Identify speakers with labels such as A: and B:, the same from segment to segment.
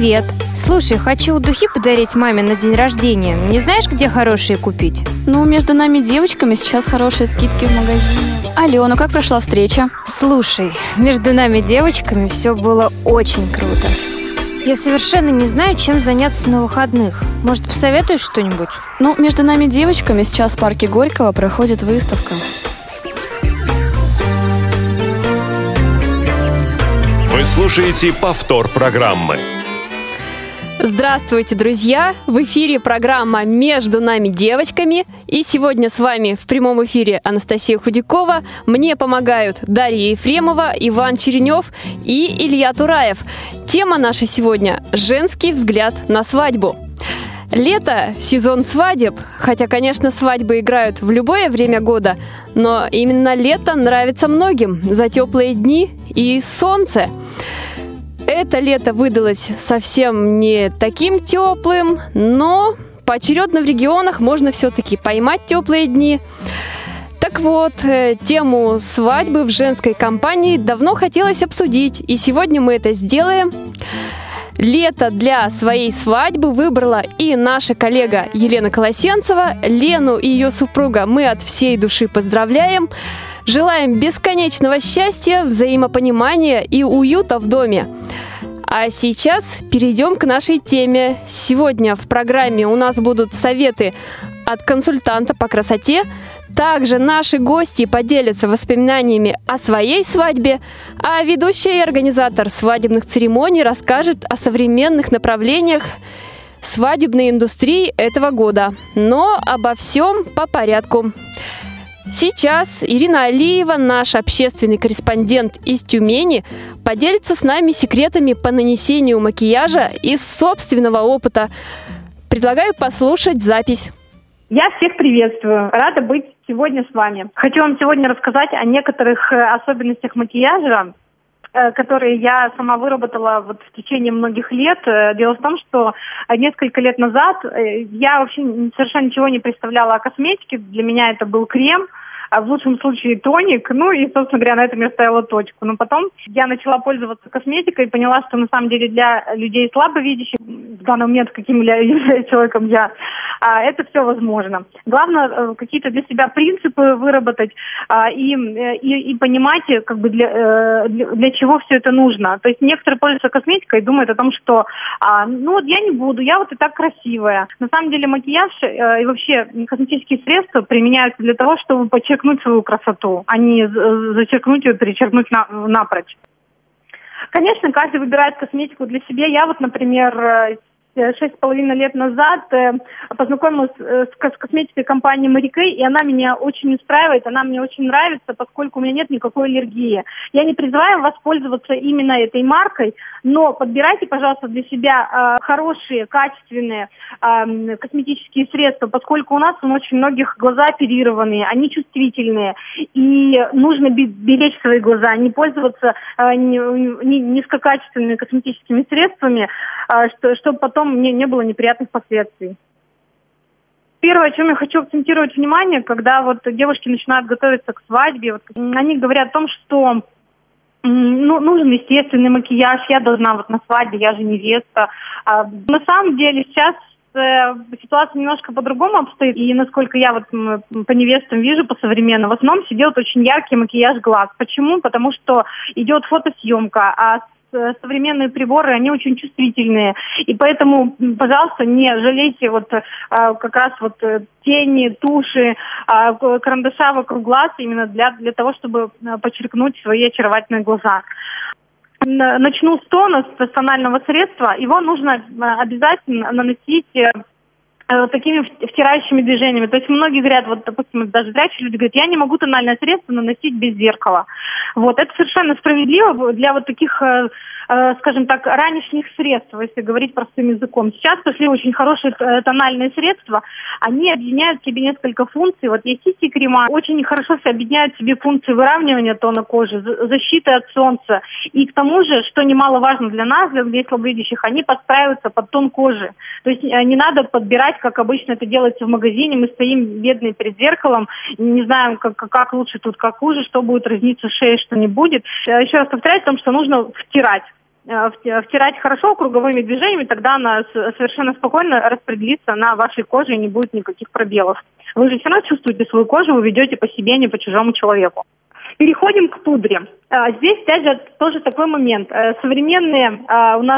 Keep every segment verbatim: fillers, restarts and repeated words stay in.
A: Привет. Слушай, хочу духи подарить маме на день рождения. Не знаешь, где хорошие купить?
B: Ну, между нами девочками сейчас хорошие скидки в магазине. Алло, ну как прошла встреча?
A: Слушай, между нами девочками все было очень круто. Я совершенно не знаю, чем заняться на выходных. Может, посоветуешь что-нибудь?
B: Ну, между нами девочками сейчас в парке Горького проходит выставка.
C: Вы слушаете повтор программы.
D: Здравствуйте, друзья! В эфире программа «Между нами девочками». И сегодня с вами в прямом эфире Анастасия Худякова. Мне помогают Дарья Ефремова, Иван Черенев и Илья Тураев. Тема наша сегодня – «Женский взгляд на свадьбу». Лето – сезон свадеб, хотя, конечно, свадьбы играют в любое время года, но именно лето нравится многим за теплые дни и солнце. Это лето выдалось совсем не таким теплым, но поочередно в регионах можно все-таки поймать теплые дни. Так вот, тему свадьбы в женской компании давно хотелось обсудить, и сегодня мы это сделаем. Лето для своей свадьбы выбрала и наша коллега Елена Колосенцева. Лену и ее супруга мы от всей души поздравляем. Желаем бесконечного счастья, взаимопонимания и уюта в доме. А сейчас перейдем к нашей теме. Сегодня в программе у нас будут советы от консультанта по красоте. Также наши гости поделятся воспоминаниями о своей свадьбе, а ведущая и организатор свадебных церемоний расскажет о современных направлениях свадебной индустрии этого года. Но обо всем по порядку. Сейчас Ирина Алиева, наш общественный корреспондент из Тюмени, поделится с нами секретами по нанесению макияжа из собственного опыта. Предлагаю послушать запись.
E: Я всех приветствую. Рада быть сегодня с вами. Хочу вам сегодня рассказать о некоторых особенностях макияжа, которые я сама выработала вот в течение многих лет. Дело в том, что несколько лет назад я вообще совершенно ничего не представляла о косметике. Для меня это был крем, а в лучшем случае тоник, ну и, собственно говоря, на этом я ставила точку. Но потом я начала пользоваться косметикой и поняла, что на самом деле для людей слабовидящих, в данный момент, каким я являюсь человеком я, это все возможно. Главное, какие-то для себя принципы выработать и, и, и понимать, как бы для, для чего все это нужно. То есть некоторые пользуются косметикой и думают о том, что ну вот я не буду, я вот и так красивая. На самом деле макияж и вообще косметические средства применяются для того, чтобы подчеркнуть свою красоту, а не зачеркнуть ее, перечеркнуть на, напрочь. Конечно, каждый выбирает косметику для себя. Я вот, например, шесть с половиной лет назад познакомилась с косметикой компании Mary Kay, и она меня очень устраивает, она мне очень нравится, поскольку у меня нет никакой аллергии. Я не призываю вас пользоваться именно этой маркой, но подбирайте, пожалуйста, для себя хорошие, качественные косметические средства, поскольку у нас у очень многих глаза оперированные, они чувствительные, и нужно беречь свои глаза, не пользоваться низкокачественными косметическими средствами, чтобы потом мне не было неприятных последствий. Первое, о чем я хочу акцентировать внимание, когда вот девушки начинают готовиться к свадьбе, вот, они говорят о том, что ну, нужен естественный макияж, я должна вот на свадьбе, я же невеста. А, на самом деле сейчас э, ситуация немножко по-другому обстоит, и насколько я вот по невестам вижу, по современному, в основном все делают очень яркий макияж глаз. Почему? Потому что идет фотосъемка, а современные приборы, они очень чувствительные. И поэтому, пожалуйста, не жалейте вот а, как раз вот тени, туши, а, карандаша вокруг глаз именно для, для того, чтобы подчеркнуть свои очаровательные глаза. Начну с тона, с тонального средства. Его нужно обязательно наносить такими втирающими движениями. То есть многие говорят, вот, допустим, даже зрячие люди говорят, я не могу тональное средство наносить без зеркала. Вот, это совершенно справедливо для вот таких, э, э, скажем так, ранешних средств, если говорить простым языком. Сейчас пошли очень хорошие тональные средства, они объединяют в себе несколько функций. Вот есть си си-крема, очень хорошо объединяют в себе функции выравнивания тона кожи, защиты от солнца. И к тому же, что немаловажно для нас, для людей слабовидящих, они подстраиваются под тон кожи. То есть не надо подбирать, как обычно это делается в магазине, мы стоим бедные перед зеркалом, не знаем, как, как лучше тут, как хуже, что будет разниться в шее, что не будет. Еще раз повторяю о том, что нужно втирать. втирать хорошо круговыми движениями, тогда она совершенно спокойно распределится на вашей коже и не будет никаких пробелов. Вы же все равно чувствуете свою кожу, вы ведете по себе, не по чужому человеку. Переходим к пудре. Здесь, опять же, тоже такой момент. Современные у нас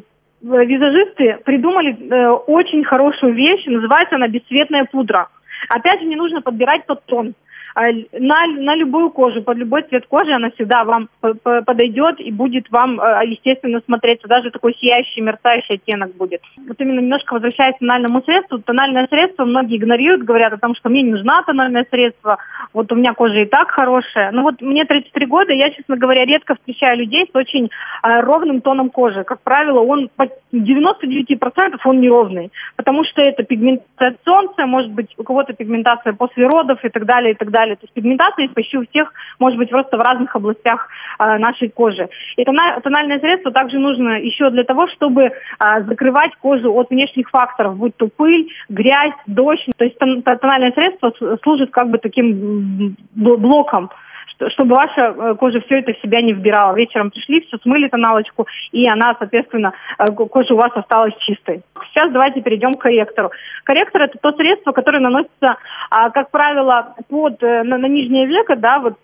E: визажисты придумали очень хорошую вещь, называется она бесцветная пудра. Опять же, не нужно подбирать тот тон. На, на любую кожу, под любой цвет кожи она всегда вам подойдет и будет вам, естественно, смотреться. Даже такой сияющий, мерцающий оттенок будет. Вот именно немножко возвращаясь к тональному средству. Тональное средство многие игнорируют, говорят о том, что мне не нужна тональное средство, вот у меня кожа и так хорошая. Но вот мне тридцать три года, я, честно говоря, редко встречаю людей с очень а, ровным тоном кожи. Как правило, он по девяносто девять процентов он неровный, потому что это пигментация от солнца, может быть, у кого-то пигментация после родов и так далее, и так далее. То есть пигментация почти у всех может быть просто в разных областях а, нашей кожи. И тональное средство также нужно еще для того, чтобы а, закрывать кожу от внешних факторов, будь то пыль, грязь, дождь. То есть тональное средство служит как бы таким блоком, чтобы ваша кожа все это в себя не вбирала. Вечером пришли, все смыли тоналочку, и она, соответственно, кожа у вас осталась чистой. Сейчас давайте перейдем к корректору. Корректор – это то средство, которое наносится, как правило, под, на, на нижнее веко, да, вот,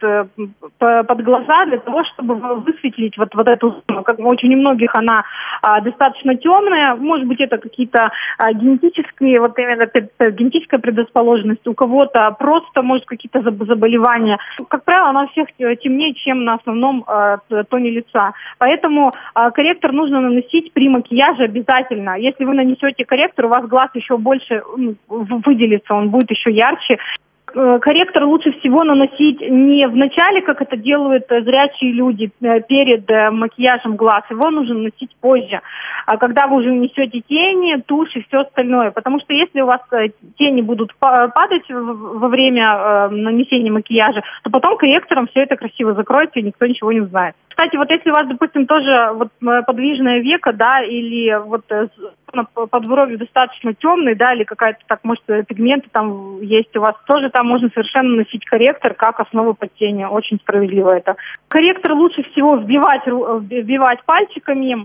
E: под глаза, для того, чтобы высветлить вот, вот эту зону. Как очень у многих она достаточно темная, может быть, это какие-то генетические, вот именно генетическая предрасположенность, у кого-то просто, может, какие-то заболевания. Как правило, она у всех темнее, чем на основном э, тоне лица. Поэтому э, корректор нужно наносить при макияже обязательно. Если вы нанесете корректор, у вас глаз еще больше ну, выделится, он будет еще ярче. Корректор лучше всего наносить не в начале, как это делают зрячие люди перед макияжем глаз. Его нужно наносить позже, когда вы уже нанесете тени, тушь и все остальное. Потому что если у вас тени будут падать во время нанесения макияжа, то потом корректором все это красиво закроется и никто ничего не узнает. Кстати, вот если у вас, допустим, тоже вот подвижное веко, да, или вот подбровье достаточно темный, да, или какая-то, так, может, пигменты там есть у вас, тоже там можно совершенно носить корректор как основу под тени. Очень справедливо это. Корректор лучше всего вбивать, вбивать пальчиками,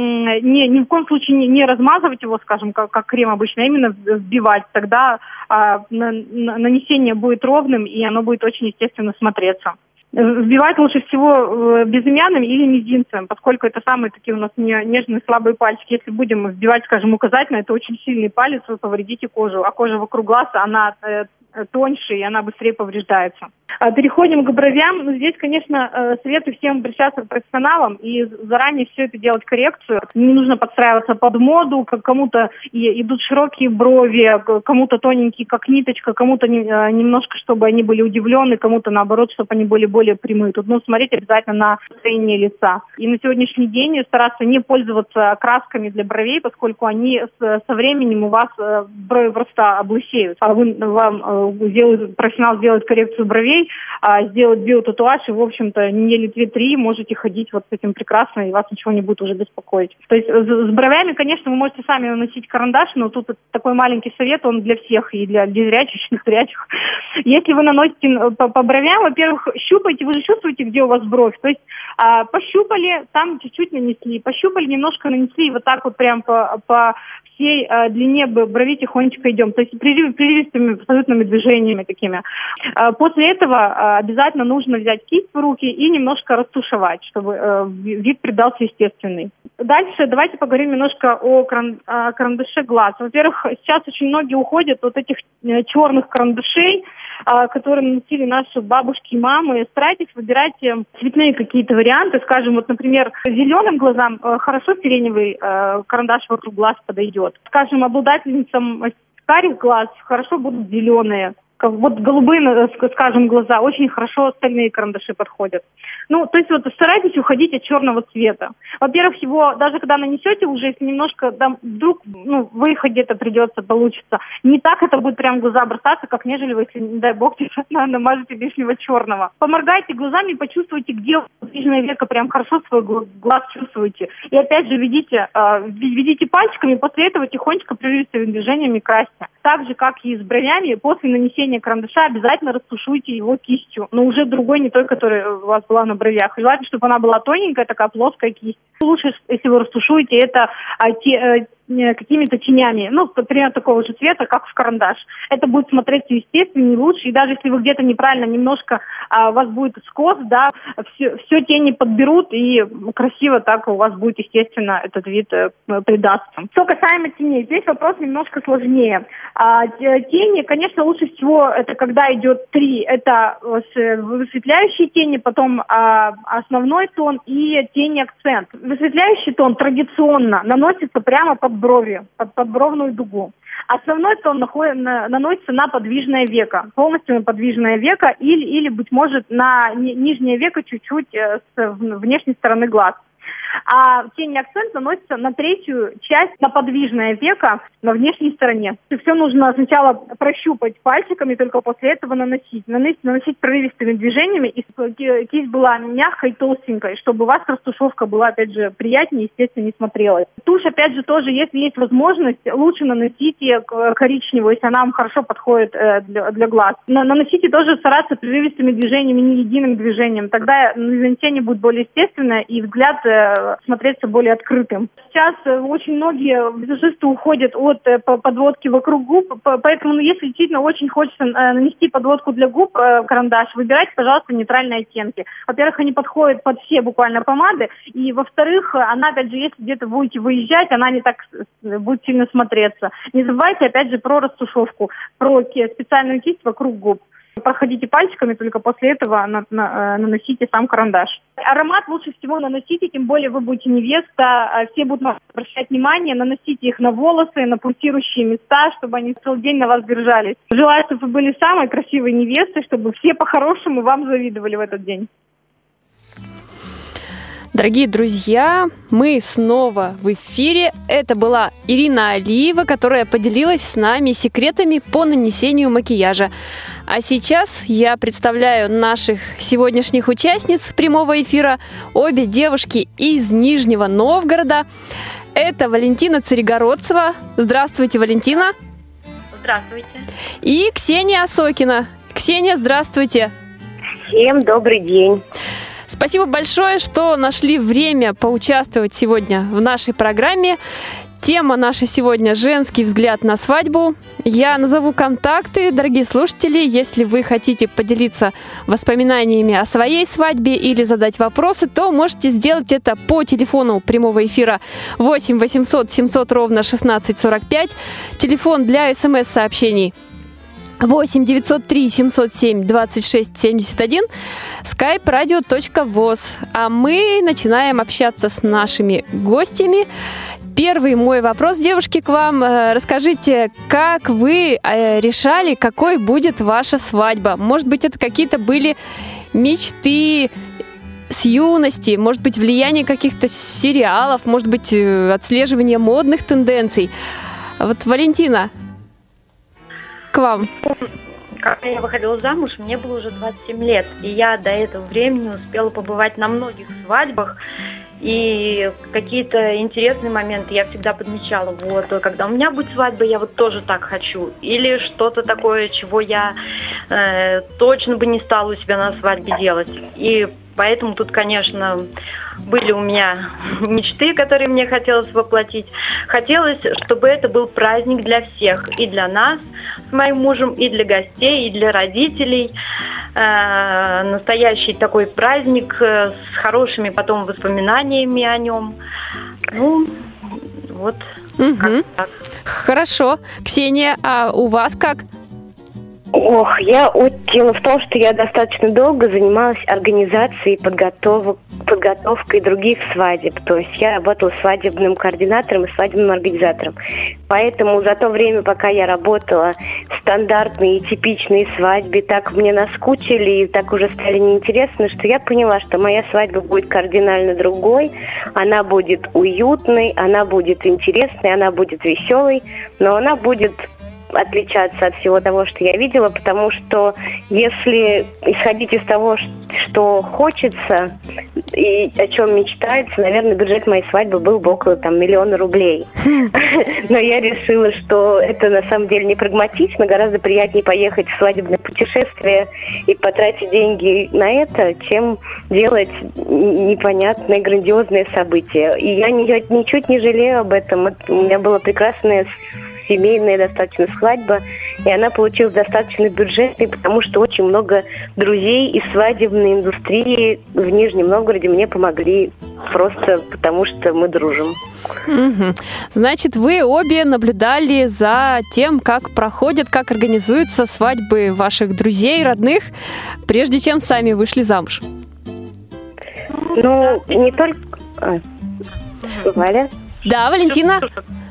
E: не, ни в коем случае не, не размазывать его, скажем, как, как крем обычно, а именно вбивать. Тогда а, на, на, нанесение будет ровным, и оно будет очень естественно смотреться. Вбивать лучше всего безымянным или мизинцем, поскольку это самые такие у нас нежные слабые пальчики. Если будем вбивать, скажем, указательно, это очень сильный палец, вы повредите кожу. А кожа вокруг глаз, она тоньше, и она быстрее повреждается. Переходим к бровям. Ну, здесь, конечно, советую всем обращаться к профессионалам и заранее все это делать коррекцию. Не нужно подстраиваться под моду, как кому-то идут широкие брови, кому-то тоненькие, как ниточка, кому-то немножко, чтобы они были удивлены, кому-то, наоборот, чтобы они были более прямые. Тут нужно смотреть обязательно на строение лица. И на сегодняшний день стараться не пользоваться красками для бровей, поскольку они со временем у вас брови просто облысеют. А вы, вам делают, профессионал сделает коррекцию бровей, а сделать биотатуаж, и, в общем-то, недели две-три можете ходить вот с этим прекрасно, и вас ничего не будет уже беспокоить. То есть с бровями, конечно, вы можете сами наносить карандаш, но тут такой маленький совет, он для всех, и для зрячих, и незрячих. Если вы наносите по, по бровям, во-первых, щупайте, вы же чувствуете, где у вас бровь, то есть а, пощупали, там чуть-чуть нанесли, пощупали, немножко нанесли, и вот так вот прям по, по всей а, длине брови тихонечко идем, то есть прерывистыми абсолютными движениями такими. А, после этого а, обязательно нужно взять кисть в руки и немножко растушевать, чтобы а, вид придался естественный. Дальше давайте поговорим немножко о, кран, о карандаше глаз. Во-первых, сейчас очень многие уходят от этих черных карандашей, а, которые наносили наши бабушки и мамы. Старайтесь выбирать цветные какие-то варианты. Скажем, вот, например, зеленым глазам а, хорошо сиреневый а, карандаш вокруг глаз подойдет. Скажем, обладательницам карих глаз хорошо будут зеленые. Вот голубые, скажем, глаза, очень хорошо остальные карандаши подходят. Ну, то есть вот старайтесь уходить от черного цвета. Во-первых, его даже когда нанесете уже, если немножко, да, вдруг, ну, выехать где-то придется, получится, не так это будет прям в глаза бросаться, как нежели вы, если, не дай бог, намажете лишнего черного. Поморгайте глазами, почувствуйте, где подвижное веко, прям хорошо свой глаз чувствуете. И опять же, ведите, ведите пальчиками, после этого тихонечко прерывистыми движениями красьте. так же, как и с бровями, после нанесения карандаша обязательно растушуйте его кистью, но уже другой, не той, которая у вас была на бровях. Желательно, чтобы она была тоненькая, такая плоская кисть. Лучше, если вы растушуете это а, те, а, какими-то тенями, ну, примерно такого же цвета, как в карандаш. Это будет смотреться естественнее, лучше, и даже если вы где-то неправильно немножко, а, у вас будет скос, да, все, все тени подберут, и красиво так у вас будет, естественно, этот вид э, придастся. Что касаемо теней, здесь вопрос немножко сложнее. А, тени, конечно, лучше всего, это когда идет три, это высветляющие тени, потом а, основной тон и тени-акцент. Высветляющий тон традиционно наносится прямо под брови, под подбровную дугу. Основной тон находит, на, наносится на подвижное веко, полностью на подвижное веко или, или быть может, на ни, нижнее веко чуть-чуть э, с внешней стороны глаз. А тень и акцент наносится на третью часть, на подвижное веко, на внешней стороне. Все нужно сначала прощупать пальчиками, только после этого наносить. Наносить, наносить прерывистыми движениями, и кисть была мягкой, толстенькой, чтобы у вас растушевка была, опять же, приятнее, естественно, не смотрелась. Тушь, опять же, тоже, если есть возможность, лучше наносите коричневую, если она вам хорошо подходит для, для глаз. Но наносите тоже, стараться прерывистыми движениями, не единым движением. Тогда нанесение будет более естественное, и взгляд смотреться более открытым. Сейчас очень многие визажисты уходят от подводки вокруг губ, поэтому, ну, если действительно очень хочется нанести подводку для губ, карандаш, выбирайте, пожалуйста, нейтральные оттенки. Во-первых, они подходят под все буквально помады, и, во-вторых, она, опять же, если где-то будете выезжать, она не так будет сильно смотреться. Не забывайте, опять же, про растушевку, про специальную кисть вокруг губ. Проходите пальчиками, только после этого на, на, наносите сам карандаш. Аромат лучше всего наносите, тем более вы будете невеста, все будут обращать внимание, наносите их на волосы, на пульсирующие места, чтобы они целый день на вас держались. Желаю, чтобы вы были самой красивой невестой, чтобы все по-хорошему вам завидовали в этот день.
D: Дорогие друзья, мы снова в эфире. Это была Ирина Алиева, которая поделилась с нами секретами по нанесению макияжа. А сейчас я представляю наших сегодняшних участниц прямого эфира. Обе девушки из Нижнего Новгорода. Это Валентина Царегородцева. Здравствуйте, Валентина.
F: Здравствуйте.
D: И Ксения Осокина. Ксения, здравствуйте.
F: Всем добрый день.
D: Спасибо большое, что нашли время поучаствовать сегодня в нашей программе. Тема наша сегодня – женский взгляд на свадьбу. Я назову контакты, дорогие слушатели. Если вы хотите поделиться воспоминаниями о своей свадьбе или задать вопросы, то можете сделать это по телефону прямого эфира восемь восемьсот семьсот ровно шестнадцать сорок пять. Телефон для смс-сообщений восемь девятьсот три семьсот семь двадцать шесть семьдесят один, skype radio точка voz. А мы начинаем общаться с нашими гостями. Первый мой вопрос, девушки, к вам. Расскажите, как вы решали, какой будет ваша свадьба? Может быть, это какие-то были мечты с юности, может быть, влияние каких-то сериалов, может быть, отслеживание модных тенденций. Вот, Валентина, к вам.
F: Когда я выходила замуж, мне было уже двадцать семь лет, и я до этого времени успела побывать на многих свадьбах, и какие-то интересные моменты я всегда подмечала. Вот, когда у меня будет свадьба, я вот тоже так хочу. Или что-то такое, чего я э, точно бы не стала у себя на свадьбе делать. И поэтому тут, конечно, были у меня мечты, которые мне хотелось воплотить. Хотелось, чтобы это был праздник для всех. И для нас с моим мужем, и для гостей, и для родителей. Э, настоящий такой праздник с хорошими потом воспоминаниями о нем. Ну, вот.
D: Угу.
F: Как так.
D: Хорошо. Ксения, а у вас как?
G: Ох, я дело в том, что я достаточно долго занималась организацией, подготовок, подготовкой других свадеб. То есть я работала свадебным координатором и свадебным организатором. Поэтому за то время, пока я работала, стандартные и типичные свадьбы так мне наскучили и так уже стали неинтересны, что я поняла, что моя свадьба будет кардинально другой. Она будет уютной, она будет интересной, она будет веселой, но она будет отличаться от всего того, что я видела, потому что если исходить из того, что хочется и о чем мечтается, наверное, бюджет моей свадьбы был бы около там миллиона рублей. Но я решила, что это на самом деле не прагматично, гораздо приятнее поехать в свадебное путешествие и потратить деньги на это, чем делать непонятные, грандиозные события. И я ничуть не жалею об этом. У меня была прекрасная семейная достаточно свадьба, и она получилась достаточно бюджетной, потому что очень много друзей из свадебной индустрии в Нижнем Новгороде мне помогли просто потому, что мы дружим.
D: Угу. Значит, вы обе наблюдали за тем, как проходят, как организуются свадьбы ваших друзей, родных, прежде чем сами вышли замуж.
G: Ну, не только... А, Валя?
D: Да, Валентина?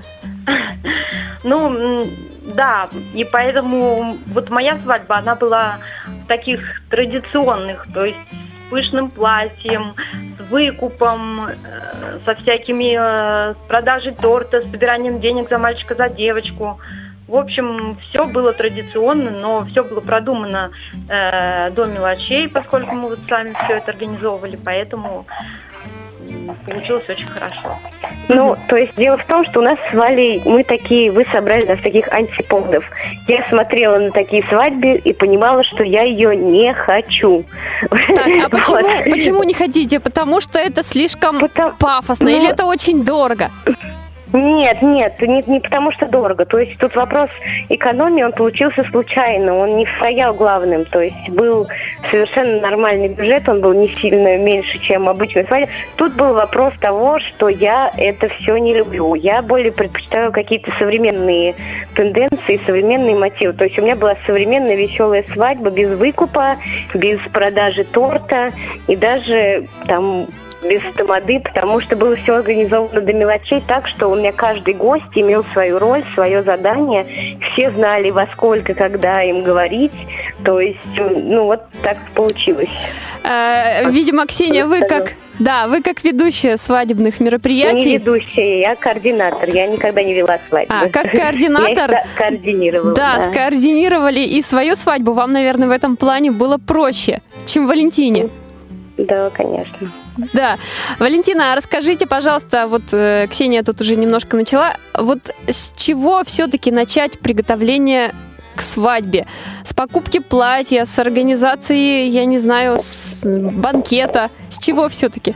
F: Ну, да, и поэтому вот моя свадьба, она была таких традиционных, то есть с пышным платьем, с выкупом, со всякими, с продажей торта, с собиранием денег за мальчика, за девочку. В общем, все было традиционно, но все было продумано э, до мелочей, поскольку мы вот сами все это организовывали, поэтому получилось очень хорошо.
G: Ну, то есть дело в том, что у нас с Валей, мы такие, вы собрали нас таких антиподов. Я смотрела на такие свадьбы и понимала, что я ее не хочу.
D: Так, а почему, вот. почему не хотите? Потому что это слишком Потому... пафосно, ну... или это очень дорого?
G: Нет, нет, не, не потому что дорого. То есть тут вопрос экономии, он получился случайно, он не стоял главным. То есть был совершенно нормальный бюджет, он был не сильно меньше, чем обычный свадьба. Тут был вопрос того, что я это все не люблю. Я более предпочитаю какие-то современные тенденции, современные мотивы. То есть у меня была современная веселая свадьба без выкупа, без продажи торта и даже там... без тамады, потому что было все организовано до мелочей так, что у меня каждый гость имел свою роль, свое задание. Все знали, во сколько, когда им говорить. То есть, ну, вот так получилось.
D: А, видимо, Ксения, вы как... Да, вы как ведущая свадебных мероприятий.
G: Я не ведущая, я координатор. Я никогда не вела свадьбу.
D: А, как координатор?
G: Я координировала.
D: Да, да, скоординировали и свою свадьбу. Вам, наверное, в этом плане было проще, чем Валентине.
G: Да, конечно.
D: Да. Валентина, расскажите, пожалуйста, вот э, Ксения тут уже немножко начала, вот с чего все-таки начать приготовление к свадьбе? С покупки платья, с организации, я не знаю, с банкета? С чего все-таки?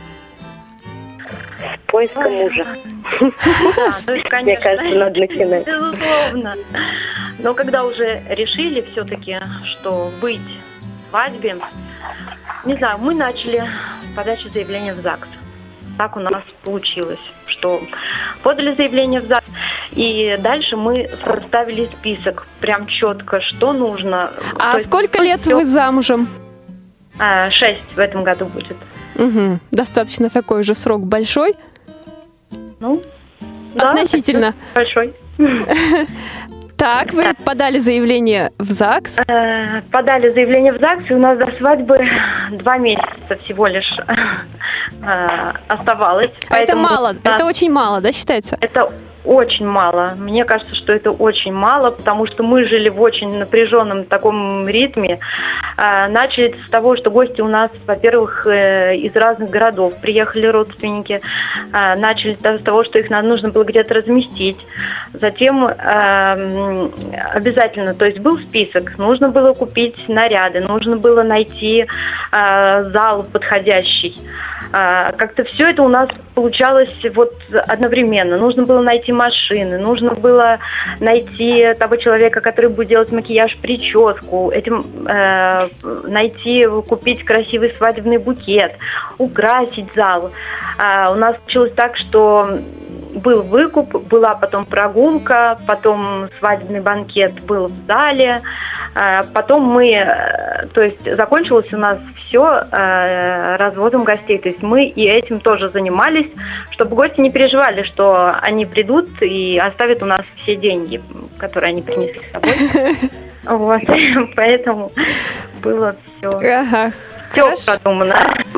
G: С поиска мужа.
F: Мне кажется, надо начинать. Безусловно. Но когда уже решили все-таки, что быть в свадьбе, не знаю, мы начали подачу заявления в ЗАГС. Так у нас получилось, что подали заявление в ЗАГС, и дальше мы составили список, прям четко, что нужно.
D: А
F: То
D: сколько
F: есть,
D: лет все... вы замужем?
F: А, шесть в этом году будет.
D: Угу. Достаточно такой же срок большой?
F: Ну,
D: относительно.
F: Да, большой.
D: Так, вы подали заявление в ЗАГС?
F: Э, подали заявление в ЗАГС, и у нас до свадьбы два месяца всего лишь э, оставалось.
D: А это мало, да, это очень мало, да, считается?
F: Это очень мало. Мне кажется, что это очень мало, потому что мы жили в очень напряженном таком ритме. Э, начали с того, что гости у нас, во-первых, э, из разных городов приехали родственники. Э, начали с того, что их надо, нужно было где-то разместить. Затем э, обязательно, то есть был список, нужно было купить наряды, нужно было найти э, зал подходящий. Э, как-то все это у нас получалось вот одновременно. Нужно было найти машины, нужно было найти того человека, который будет делать макияж, прическу, этим э, найти, купить красивый свадебный букет, украсить зал. Э, у нас получилось так, что был выкуп, была потом прогулка, потом свадебный банкет был в зале, потом мы, то есть закончилось у нас все разводом гостей, то есть мы и этим тоже занимались, чтобы гости не переживали, что они придут и оставят у нас все деньги, которые они принесли с собой. Вот, поэтому было все.
D: Ага.
F: Все продумано.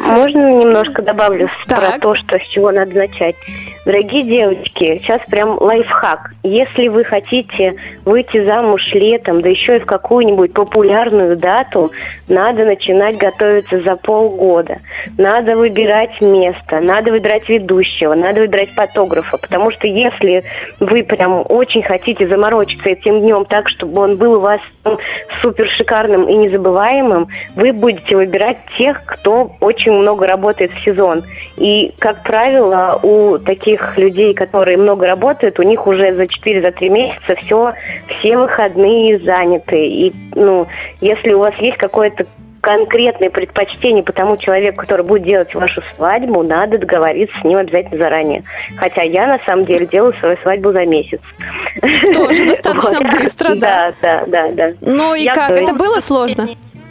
G: Можно немножко добавлю
D: Так.
G: про то, что, с чего надо начать? Дорогие девочки, сейчас прям лайфхак. Если вы хотите выйти замуж летом, да еще и в какую-нибудь популярную дату, надо начинать готовиться за полгода. Надо выбирать место, надо выбирать ведущего, надо выбирать фотографа. Потому что если вы прям очень хотите заморочиться этим днем так, чтобы он был у вас ну, супер шикарным и незабываемым, вы будете выбирать тех, кто очень много работает в сезон. И, как правило, у таких людей, которые много работают, у них уже за четыре-три месяца все, все выходные заняты. И, ну, если у вас есть какое-то конкретное предпочтение по тому человеку, который будет делать вашу свадьбу, надо договориться с ним обязательно заранее. Хотя я, на самом деле, делаю свою свадьбу за месяц.
D: Тоже достаточно быстро, да?
G: Да, да, да, да.
D: Ну и
F: Я
D: как,
F: тоже.
D: это было сложно?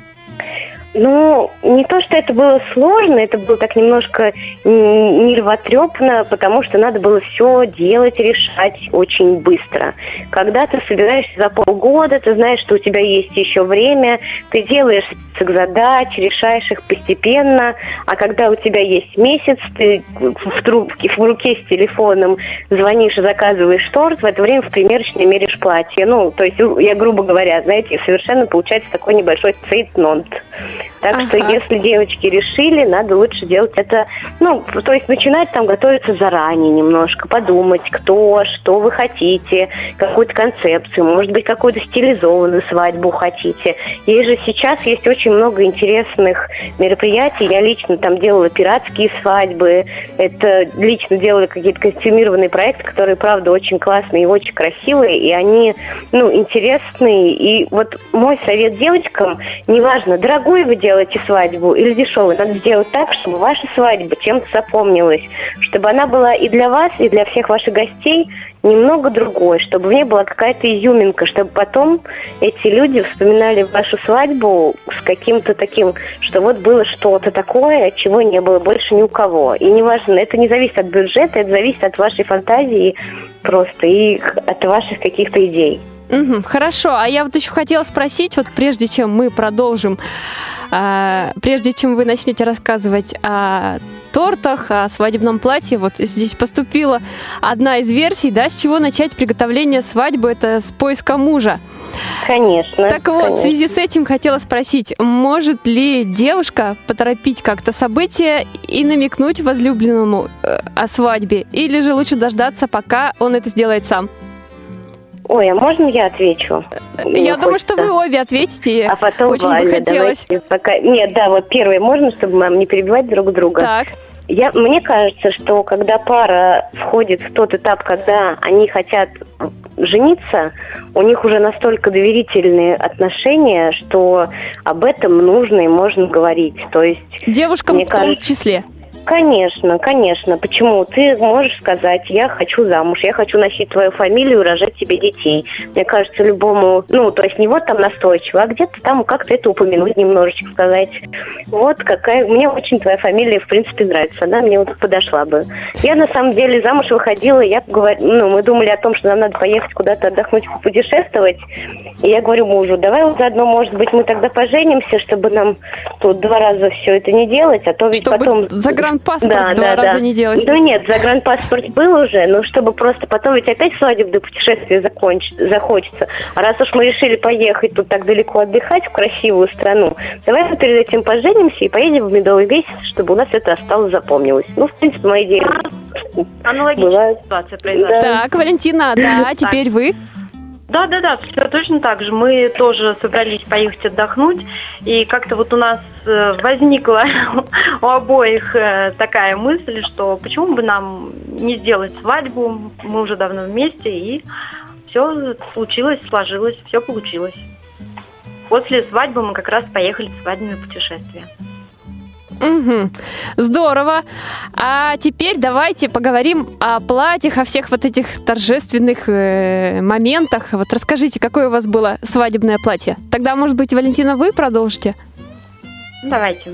G: Ну, не то, что это было сложно, это было так немножко нервотрепно, потому что надо было все делать, решать очень быстро. Когда ты собираешься за полгода, ты знаешь, что у тебя есть еще время, ты делаешь список задач, решаешь их постепенно, а когда у тебя есть месяц, ты в трубке, в руке с телефоном звонишь и заказываешь торт, в это время в примерочной меришь платье. Ну, то есть, я, грубо говоря, знаете, совершенно получается такой небольшой цейтнот. Так
D: Ага.
G: что, если девочки решили, надо лучше делать это, ну, то есть начинать там готовиться заранее немножко, подумать, кто, что вы хотите, какую-то концепцию, может быть, какую-то стилизованную свадьбу хотите. И же сейчас есть очень много интересных мероприятий. Я лично там делала пиратские свадьбы, это лично делала какие-то костюмированные проекты, которые, правда, очень классные и очень красивые, и они, ну, интересные. И вот мой совет девочкам, неважно, дорогой вы делаете свадьбу или дешевую, надо сделать так, чтобы ваша свадьба чем-то запомнилась, чтобы она была и для вас, и для всех ваших гостей немного другой, чтобы в ней была какая-то изюминка, чтобы потом эти люди вспоминали вашу свадьбу с каким-то таким, что вот было что-то такое, чего не было больше ни у кого. И неважно, это не зависит от бюджета, это зависит от вашей фантазии просто и от ваших каких-то идей.
D: Угу, хорошо, а я вот еще хотела спросить, вот прежде чем мы продолжим, э, прежде чем вы начнете рассказывать о тортах, о свадебном платье, вот здесь поступила одна из версий, да, с чего начать приготовление свадьбы, это с поиска мужа.
G: Конечно.
D: Так вот,
G: конечно.
D: в связи с этим хотела спросить, может ли девушка поторопить как-то события и намекнуть возлюбленному э, о свадьбе, или же лучше дождаться, пока он это сделает сам?
G: Ой, а можно я отвечу? Мне
D: Я думаю,
G: хочется.
D: что вы обе ответите.
G: А потом
D: Очень
G: Валя,
D: бы хотелось.
G: давайте пока... Нет, да, вот первое можно, чтобы нам не перебивать друг друга.
D: Так.
G: Я, мне кажется, что когда пара входит в тот этап, когда они хотят жениться, у них уже настолько доверительные отношения, что об этом нужно и можно говорить. То есть,
D: Девушкам
G: мне
D: в том
G: кажется,
D: числе.
G: Конечно, конечно. Почему? Ты можешь сказать, я хочу замуж, я хочу носить твою фамилию, рожать тебе детей. Мне кажется, любому, ну, то есть не вот там настойчиво, а где-то там как-то это упомянуть немножечко, сказать. Вот какая... Мне очень твоя фамилия, в принципе, нравится. Она мне вот подошла бы. Я, на самом деле, замуж выходила, я говорю, ну, мы думали о том, что нам надо поехать куда-то отдохнуть, попутешествовать. И я говорю мужу, давай вот заодно, может быть, мы тогда поженимся, чтобы нам тут два раза все это не делать, а то ведь
D: Чтобы
G: потом...
D: загранпаспорт
G: Да,
D: два
G: да,
D: раза
G: да.
D: не делать.
G: Ну нет, загранпаспорт был уже, но чтобы просто потом ведь опять свадебное путешествие закончить, захочется. А раз уж мы решили поехать тут так далеко отдыхать, в красивую страну, давай мы перед этим поженимся и поедем в медовый месяц, чтобы у нас это осталось, запомнилось. Ну, в принципе, мои идеи
F: Аналогичная
G: бывают.
F: ситуация произошла.
G: Да.
D: Так, Валентина, да, теперь вы.
F: Да, да, да, все точно так же. Мы тоже собрались поехать отдохнуть, и как-то вот у нас э, возникла у обоих э, такая мысль, что почему бы нам не сделать свадьбу, мы уже давно вместе, и все случилось, сложилось, все получилось. После свадьбы мы как раз поехали в свадебное путешествие.
D: Угу. Здорово. А теперь давайте поговорим о платьях, о всех вот этих торжественных э, моментах. Вот расскажите, какое у вас было свадебное платье? Тогда, может быть, Валентина, вы продолжите?
F: Давайте.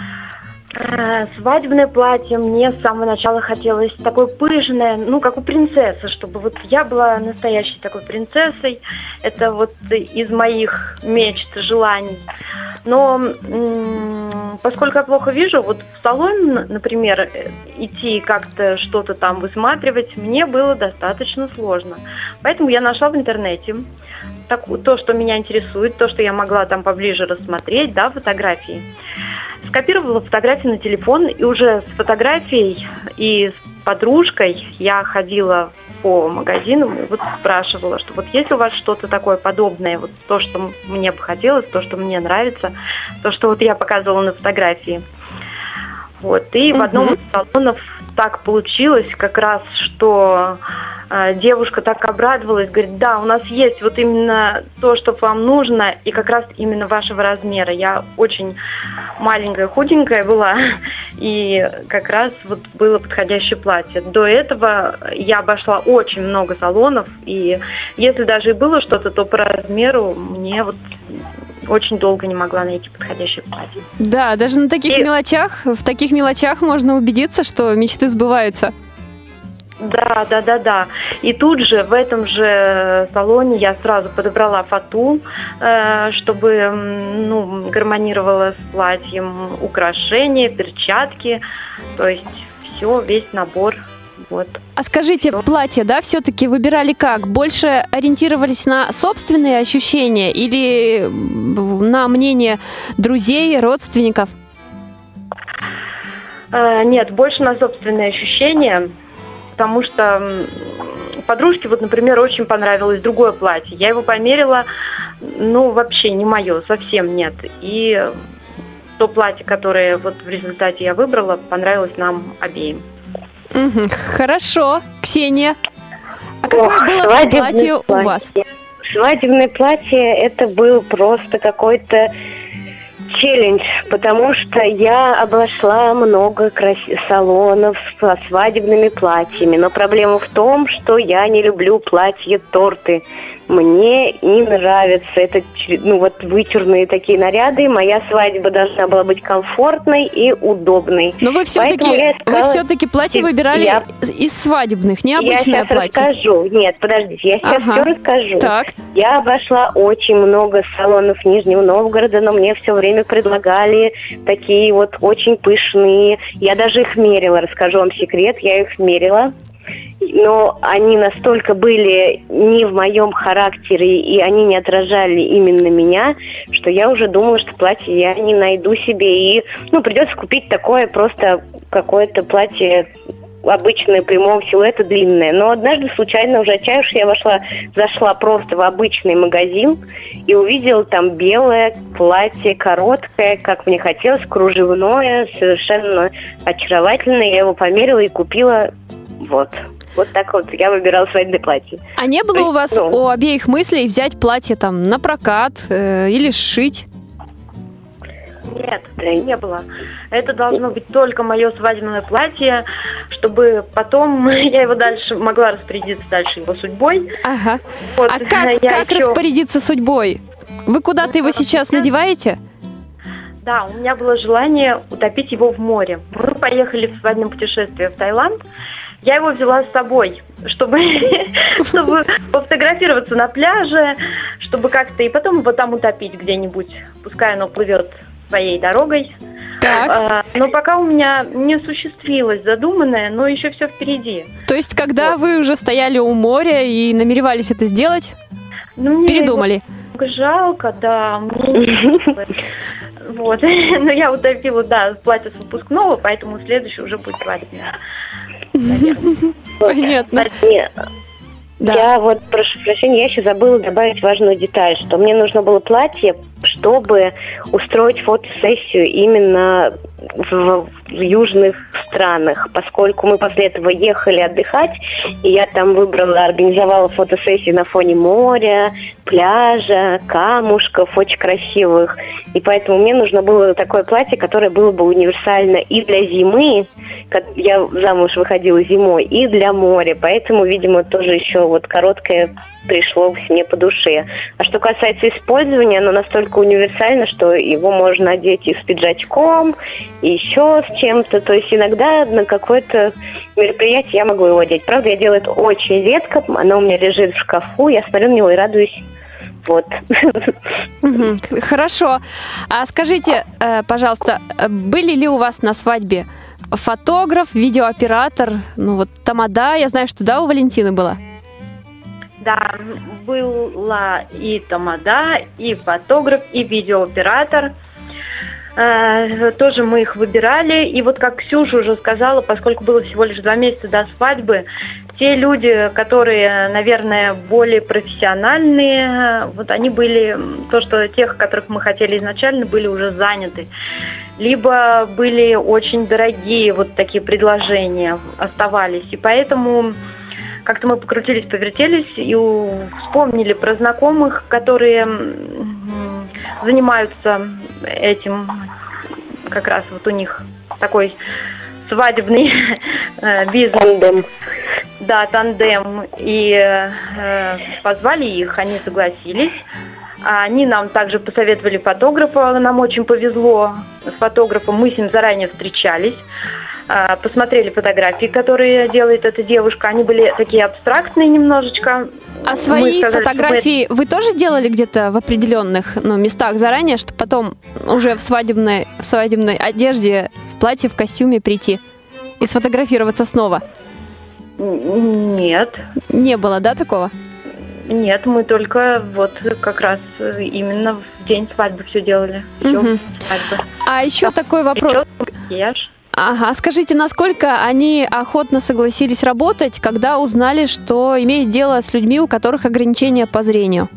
F: Э, Свадебное платье мне с самого начала хотелось такое пышное, ну, как у принцессы, чтобы вот я была настоящей такой принцессой. Это вот из моих мечт, желаний. Но м- поскольку я плохо вижу, вот в салон, например, идти как-то что-то там высматривать, мне было достаточно сложно. Поэтому я нашла в интернете так, то, что меня интересует, то, что я могла там поближе рассмотреть, да, фотографии. Скопировала фотографии на телефон, и уже с фотографией и с подружкой я ходила по магазинам и вот спрашивала, что вот есть у вас что-то такое подобное, вот то, что мне бы хотелось, то, что мне нравится, то, что вот я показывала на фотографии. Вот. И угу. в одном из салонов так получилось как раз, что э, девушка так обрадовалась, говорит, да, у нас есть вот именно то, что вам нужно, и как раз именно вашего размера. Я очень маленькая, худенькая была, и как раз вот было подходящее платье. До этого я обошла очень много салонов, и если даже и было что-то, то по размеру мне вот очень долго не могла найти подходящее платье.
D: Да, даже на таких и... мелочах, в таких мелочах можно убедиться, что мечты сбываются.
F: Да, да, да, да. И тут же, в этом же салоне я сразу подобрала фату, э, чтобы, ну, гармонировала с платьем, украшения, перчатки, то есть все, весь набор. Вот.
D: А скажите, платье, да, все-таки выбирали как? Больше ориентировались на собственные ощущения или на мнение друзей, родственников?
F: Э, нет, больше на собственные ощущения, потому что подружке, вот, например, очень понравилось другое платье. Я его померила, ну, вообще не мое, совсем нет. И то платье, которое вот в результате я выбрала, понравилось нам обеим.
D: Угу, хорошо. Ксения, а какое Ох, было платье, платье у вас?
G: Свадебное платье, это был просто какой-то челлендж, потому что я обошла много крас- салонов со свадебными платьями, но проблема в том, что я не люблю платья-торты. Мне не нравятся это, ну, вот вычурные такие наряды. Моя свадьба должна была быть комфортной и удобной.
D: Но вы все-таки, искала... вы все-таки платье выбирали я... из свадебных, необычное платье.
G: Я сейчас расскажу. Нет, подождите, я сейчас ага. все расскажу.
D: Так.
G: Я обошла очень много салонов Нижнего Новгорода, но мне все время предлагали такие вот очень пышные. Я даже их мерила, расскажу вам секрет, я их мерила. Но они настолько были не в моем характере, и они не отражали именно меня, что я уже думала, что платье я не найду себе. И, ну, придется купить такое просто какое-то платье обычное, прямого силуэта, длинное. Но однажды случайно, уже отчаявшись, я вошла, зашла просто в обычный магазин и увидела там белое платье, короткое, как мне хотелось, кружевное, совершенно очаровательное. Я его померила и купила. Вот. Вот так вот я выбирала свадебное платье.
D: А не было есть, у вас ну, у обеих мыслей взять платье там на прокат э, или сшить?
F: Нет, не было. Это должно быть только мое свадебное платье, чтобы потом я его дальше могла распорядиться дальше его судьбой.
D: Ага. Вот, а как, как еще... распорядиться судьбой? Вы куда-то ну, его сейчас надеваете?
F: Да, у меня было желание утопить его в море. Мы поехали в свадебное путешествие в Таиланд. Я его взяла с собой, чтобы, чтобы пофотографироваться на пляже, чтобы как-то и потом его там утопить где-нибудь. Пускай оно плывет своей дорогой.
D: Так.
F: А, но пока у меня не осуществилось задуманное, но еще все впереди.
D: То есть, когда вот. Вы уже стояли у моря и намеревались это сделать,
F: ну,
D: передумали?
F: Жалко, да. Вот. Но я утопила, да, платье с выпускного, поэтому следующее уже будет свадебное.
D: Понятно.
G: Да. Я вот, прошу прощения, я еще забыла добавить важную деталь, что мне нужно было платье, чтобы устроить фотосессию именно в, в южных странах, поскольку мы после этого ехали отдыхать, и я там выбрала, организовала фотосессию на фоне моря, пляжа, камушков очень красивых, и поэтому мне нужно было такое платье, которое было бы универсально и для зимы, я замуж выходила зимой, и для моря, поэтому, видимо, тоже еще вот короткое пришло мне по душе. А что касается использования, оно настолько универсально, что его можно одеть и с пиджачком, и еще с чем-то. То есть иногда на какое-то мероприятие я могу его одеть. Правда, я делаю это очень редко, оно у меня лежит в шкафу, я смотрю на него и радуюсь Вот.
D: Угу. Хорошо. А скажите, пожалуйста, были ли у вас на свадьбе фотограф, видеооператор, ну вот тамада, я знаю, что да, у Валентины была?
F: Да, была и тамада, и фотограф, и видеооператор. Э, тоже мы их выбирали. И вот как Ксюша уже сказала, поскольку было всего лишь два месяца до свадьбы, те люди, которые, наверное, более профессиональные, вот они были, то, что тех, которых мы хотели изначально, были уже заняты. Либо были очень дорогие вот такие предложения, оставались. И поэтому как-то мы покрутились, повертелись и вспомнили про знакомых, которые занимаются этим, как раз вот у них такой свадебный бизнес.
G: Тандем.
F: Да, тандем. И э, позвали их, они согласились. Они нам также посоветовали фотографа, нам очень повезло с фотографом, мы с ним заранее встречались, э, посмотрели фотографии, которые делает эта девушка, они были такие абстрактные немножечко.
D: А свои
F: сказали,
D: фотографии мы... вы тоже делали где-то в определенных ну, местах заранее, чтобы потом уже в свадебной, в свадебной одежде, в платье, в костюме прийти и сфотографироваться снова?
F: Нет.
D: Не было, да, такого?
F: Нет, мы только вот как раз именно в день свадьбы все делали. Все
D: Угу. А еще
F: да.
D: такой вопрос.
F: Макияж.
D: Ага, скажите, насколько они охотно согласились работать, когда узнали, что имеют дело с людьми, у которых ограничения по зрению?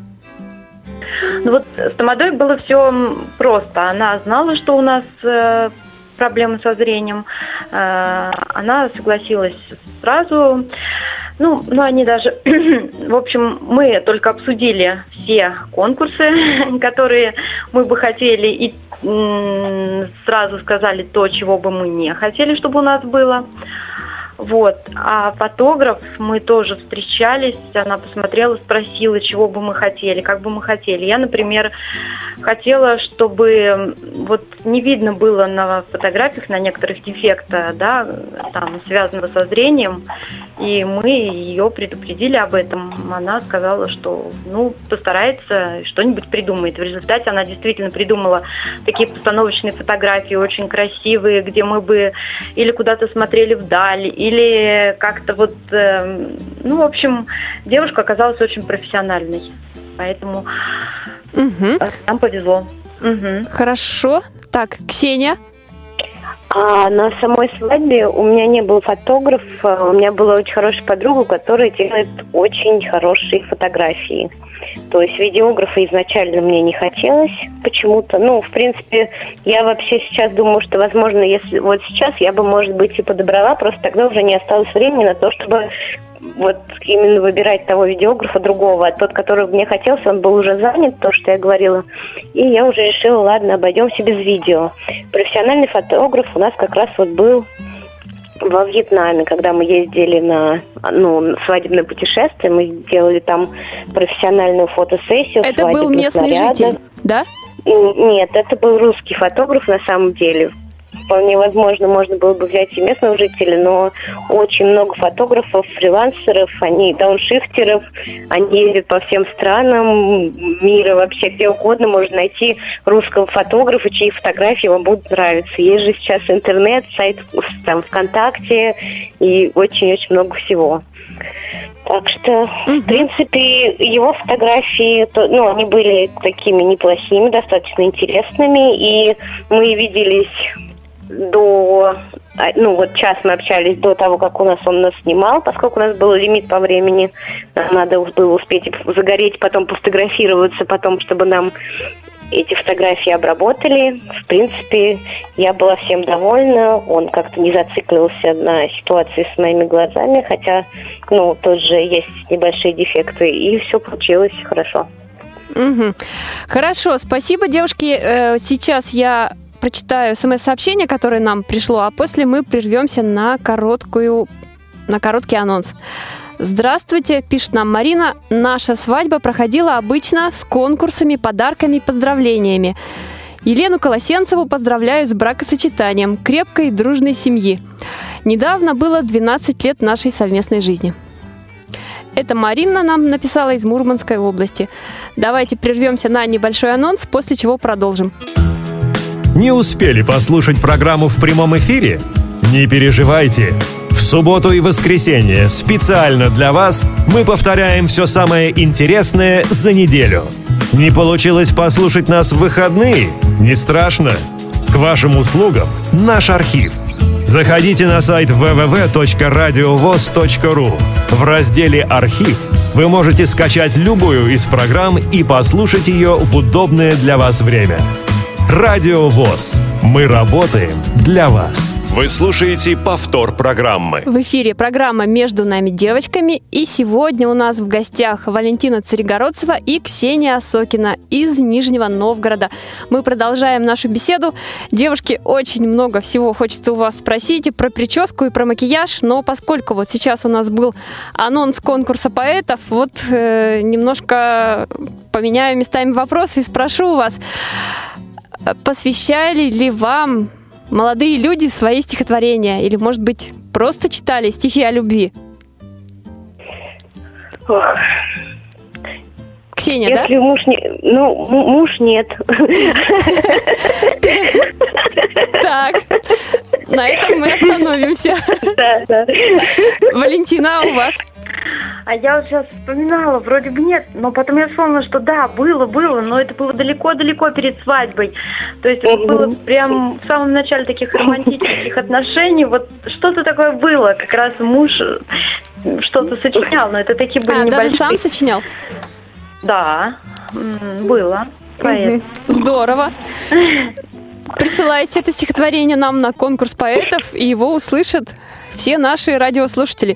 F: Ну вот с тамадой было все просто. Она знала, что у нас э, проблемы со зрением. Э, она согласилась сразу. Ну, ну, они даже... В общем, мы только обсудили все конкурсы, которые мы бы хотели, и м- сразу сказали то, чего бы мы не хотели, чтобы у нас было. Вот. А фотограф, мы тоже встречались, она посмотрела, спросила, чего бы мы хотели, как бы мы хотели. Я, например, хотела, чтобы вот не видно было на фотографиях, на некоторых дефекта, да, там, связанного со зрением, и мы ее предупредили об этом. Она сказала, что, ну, постарается, что-нибудь придумает. В результате она действительно придумала такие постановочные фотографии, очень красивые, где мы бы или куда-то смотрели вдаль, или как-то вот, э, ну, в общем, девушка оказалась очень профессиональной, поэтому
D: угу.
F: нам повезло. Угу.
D: Хорошо. Так, Ксения?
G: А на самой свадьбе у меня не был фотограф, у меня была очень хорошая подруга, которая делает очень хорошие фотографии. То есть видеографа изначально мне не хотелось почему-то. Ну, в принципе, я вообще сейчас думаю, что, возможно, если вот сейчас я бы, может быть, и подобрала, просто тогда уже не осталось времени на то, чтобы вот именно выбирать того видеографа другого. А тот, который мне хотелся, он был уже занят, то, что я говорила. И я уже решила, ладно, обойдемся без видео. Профессиональный фотограф у нас как раз вот был во Вьетнаме, когда мы ездили на ну, свадебное путешествие, мы сделали там профессиональную фотосессию.
D: Это был местный
G: нарядов.
D: житель, да?
G: Нет, это был русский фотограф на самом деле. Вполне возможно, можно было бы взять и местного жителя, но очень много фотографов, фрилансеров, они дауншифтеров, они ездят по всем странам мира, вообще где угодно можно найти русского фотографа, чьи фотографии вам будут нравиться. Есть же сейчас интернет, сайт там ВКонтакте и очень-очень много всего. Так что, uh-huh. в принципе, его фотографии, то, ну, они были такими неплохими, достаточно интересными, и мы виделись до, ну, вот час мы общались до того, как у нас он нас снимал, поскольку у нас был лимит по времени, нам надо было успеть загореть, потом пофотографироваться, потом, чтобы нам эти фотографии обработали. В принципе, я была всем довольна. Он как-то не зациклился на ситуации с моими глазами, хотя, ну, тоже есть небольшие дефекты, и все получилось хорошо.
D: Угу. Хорошо, спасибо, девушки. Сейчас я прочитаю смс-сообщение, которое нам пришло, а после мы прервемся на короткую, на короткий анонс. Здравствуйте, пишет нам Марина. Наша свадьба проходила обычно с конкурсами, подарками, поздравлениями. Елену Колосенцеву поздравляю с бракосочетанием крепкой и дружной семьи. Недавно было двенадцать лет нашей совместной жизни. Это Марина нам написала из Мурманской области. Давайте прервемся на небольшой анонс, после чего продолжим.
C: Не успели послушать программу в прямом эфире? Не переживайте. В субботу и воскресенье специально для вас мы повторяем все самое интересное за неделю. Не получилось послушать нас в выходные? Не страшно. К вашим услугам наш архив. Заходите на сайт дабл ю дабл ю дабл ю точка радиовоз точка ру. В разделе «Архив» вы можете скачать любую из программ и послушать ее в удобное для вас время. Радио ВОС. Мы работаем для вас. Вы слушаете повтор программы.
D: В эфире программа «Между нами девочками», и сегодня у нас в гостях Валентина Царегородцева и Ксения Осокина из Нижнего Новгорода. Мы продолжаем нашу беседу. Девушки, очень много всего хочется у вас спросить и про прическу, и про макияж, но поскольку вот сейчас у нас был анонс конкурса поэтов, вот э, немножко поменяю местами вопросы и спрошу у вас, посвящали ли вам молодые люди свои стихотворения? Или, может быть, просто читали стихи о любви?
G: Ох.
D: Ксения,
G: Если
D: да?
G: муж не... Ну, м- муж нет.
D: Так, на этом мы остановимся.
G: Да, да.
D: Валентина, а у вас?
F: А я вот сейчас вспоминала, вроде бы нет, но потом я вспомнила, что да, было, было, но это было далеко-далеко перед свадьбой. То есть это было прям в самом начале таких романтических отношений. Вот что-то такое было. Как раз муж что-то сочинял, но это такие были
D: А,
F: небольшие.
D: даже сам сочинял?
F: Да, м, было. Поэт.
D: Мгм. Здорово. Присылайте это стихотворение нам на конкурс поэтов, и его услышат все наши радиослушатели.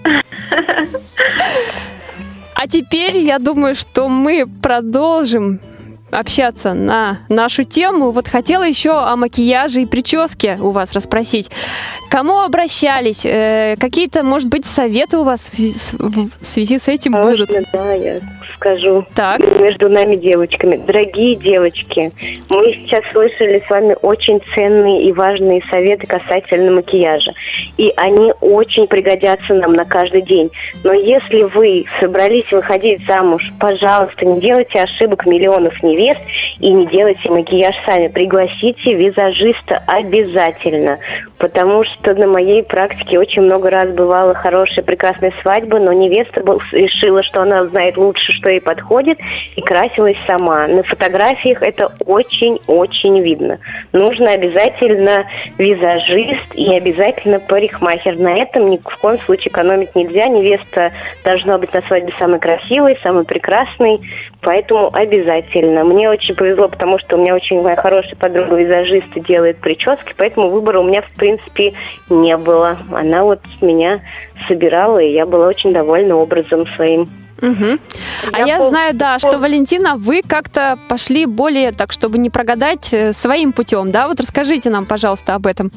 D: А теперь, я думаю, что мы продолжим общаться на нашу тему. Вот хотела еще о макияже и прическе у вас расспросить. К кому обращались? Э, какие-то, может быть, советы у вас в связи с, в связи с этим будут?
G: Можно, да, я скажу.
D: Так.
G: Между нами девочками. Дорогие девочки, мы сейчас слышали с вами очень ценные и важные советы касательно макияжа. И они очень пригодятся нам на каждый день. Но если вы собрались выходить замуж, пожалуйста, не делайте ошибок миллионов невест и не делайте макияж сами. Пригласите визажиста обязательно. Потому что на моей практике очень много раз бывала хорошая, прекрасная свадьба, но невеста был, решила, что она знает лучше, что ей подходит, и красилась сама. На фотографиях это очень-очень видно. Нужно обязательно визажист и обязательно парикмахер. На этом ни в коем случае экономить нельзя. Невеста должна быть на свадьбе самой красивой, самой прекрасной, поэтому обязательно. Мне очень повезло, потому что у меня очень моя хорошая подруга визажист делает прически, поэтому выбора у меня в принципе не было. Она вот меня собирала, и я была очень довольна образом своим.
D: Угу. А я, я пол... знаю, да, пол... что, Валентина, вы как-то пошли более, так, чтобы не прогадать, своим путем, да? Вот расскажите нам, пожалуйста, об этом.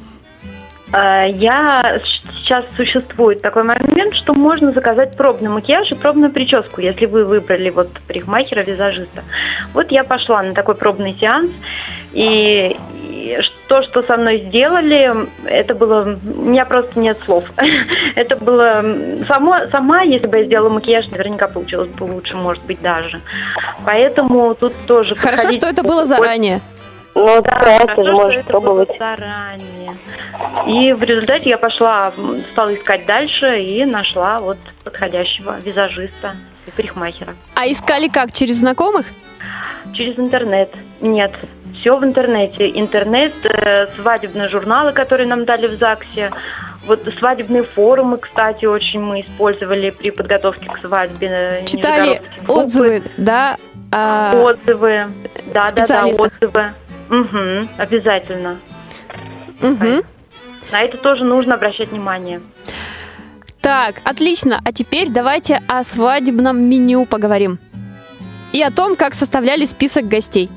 F: Я сейчас существует такой момент, что можно заказать пробный макияж и пробную прическу, если вы выбрали вот парикмахера, визажиста. Вот я пошла на такой пробный сеанс, и, и то, что со мной сделали, это было... У меня просто нет слов. Это было... Само, сама, если бы я сделала макияж, наверняка получилось бы лучше, может быть, даже. Поэтому тут тоже...
D: Хорошо, что это было заранее.
G: Ну да, это же можно пробовать.
F: Заранее. И в результате я пошла, стала искать дальше и нашла вот подходящего визажиста и парикмахера.
D: А искали как? Через знакомых?
F: Через интернет. Нет, все в интернете. Интернет, э, свадебные журналы, которые нам дали в ЗАГСе. Вот свадебные форумы, кстати, очень мы использовали при подготовке к свадьбе.
D: Читали отзывы, да?
F: А... Отзывы, да-да-да, отзывы. Угу, обязательно.
D: Угу.
F: На это тоже нужно обращать внимание.
D: Так, отлично. А теперь давайте о свадебном меню поговорим. И о том, как составляли список гостей.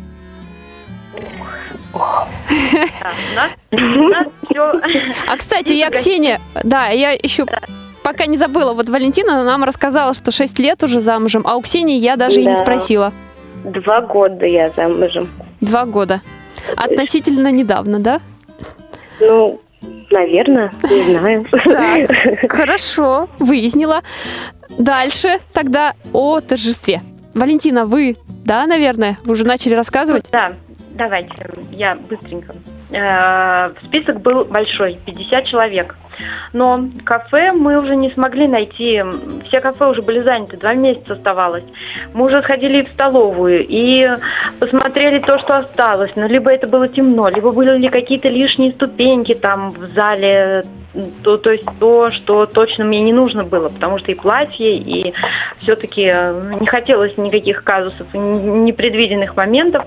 D: А, кстати, я, Ксения, да, я еще пока не забыла. Вот Валентина нам рассказала, что шесть лет уже замужем, а у Ксении я даже и не спросила.
G: Два года я замужем.
D: Два года. Относительно недавно, да?
G: Ну, Наверное, не знаю.
D: Так, хорошо, выяснила. Дальше тогда о торжестве. Валентина, вы, да, наверное, вы уже начали рассказывать?
F: Да, давайте, я быстренько. Э, Список был большой, пятьдесят человек. Но кафе мы уже не смогли найти. Все кафе уже были заняты, два месяца оставалось. Мы уже сходили в столовую и посмотрели то, что осталось. Но либо это было темно, либо были какие-то лишние ступеньки там в зале. То, то есть то, что точно мне не нужно было, потому что и платье, и все-таки не хотелось никаких казусов, непредвиденных моментов.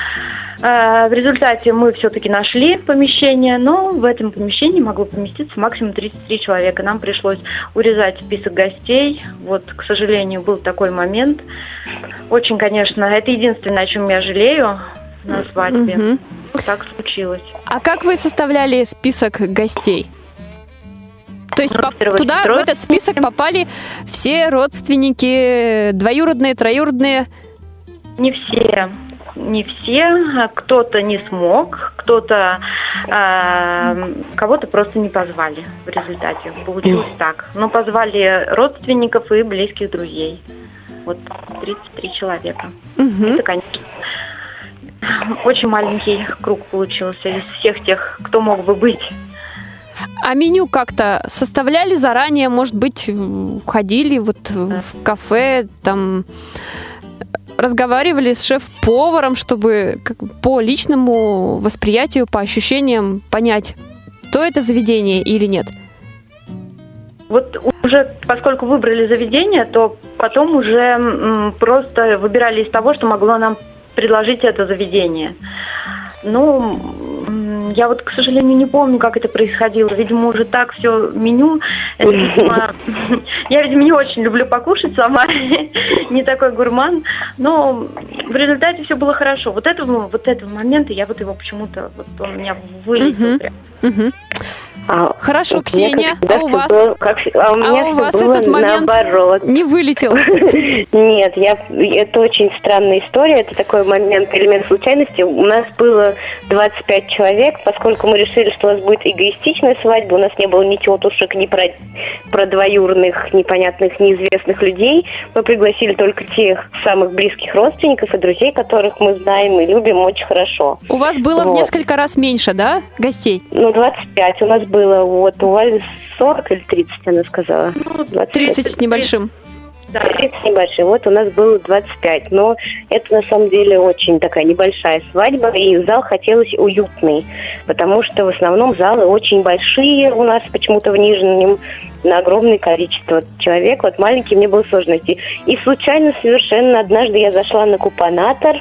F: В результате мы все-таки нашли помещение, но в этом помещении могло поместиться максимум тридцать три человека. Нам пришлось урезать список гостей. Вот, к сожалению, был такой момент. Очень, конечно, это единственное, о чем я жалею на свадьбе.
D: Угу.
F: Вот так случилось.
D: А как вы составляли список гостей? То есть
F: Ну,
D: по-
F: во-первых,
D: туда, в
F: родственники.
D: этот список попали все родственники, двоюродные, троюродные?
F: Не все. Не все. Кто-то не смог, кто-то э, кого-то просто не позвали в результате. Получилось так. Но позвали родственников и близких друзей. Вот тридцать три человека.
D: Угу.
F: Это, конечно, очень маленький круг получился из всех тех, кто мог бы быть.
D: А меню как-то составляли заранее, может быть, ходили вот в кафе, там разговаривали с шеф-поваром, чтобы как, по личному восприятию, по ощущениям понять, то это заведение или нет?
F: Вот уже, поскольку выбрали заведение, то потом уже м, просто выбирали из того, что могло нам предложить это заведение. Ну, м, я вот, к сожалению, не помню, как это происходило. Видимо, уже так все меню. Это, видимо, я, видимо, не очень люблю покушать сама, не такой гурман, но в результате все было хорошо. Вот этого, вот этого момента я вот его почему-то, вот он меня вылетел
D: Мгм.
F: прям.
D: Угу.
G: А,
D: Хорошо,
G: вот мне
D: Ксения,
G: как-то
D: а у
G: всё
D: вас?
G: было- как- а у меня
D: А у
G: всё
D: вас
G: было
D: этот момент
G: наоборот.
D: не вылетел?
G: Нет, я, это очень странная история, это такой момент, элемент случайности. У нас было двадцать пять человек, поскольку мы решили, что у нас будет эгоистичная свадьба, у нас не было ни тетушек, ни про, про двоюродных, непонятных, неизвестных людей. Мы пригласили только тех самых близких родственников и друзей, которых мы знаем и любим очень хорошо.
D: У вас было в
G: Вот.
D: несколько раз меньше, да, гостей?
G: Ну, двадцать пять у нас было, вот, у Вали сорок или тридцать, она сказала.
F: Ну,
G: двадцать пять.
D: тридцать с небольшим.
F: Да.
G: тридцать небольшие. Вот у нас было двадцать пять. Но это на самом деле очень такая небольшая свадьба, и зал хотелось уютный, потому что в основном залы очень большие у нас почему-то в Нижнем, на огромное количество человек. Вот маленький мне было сложности. И случайно совершенно однажды я зашла на Купонатор,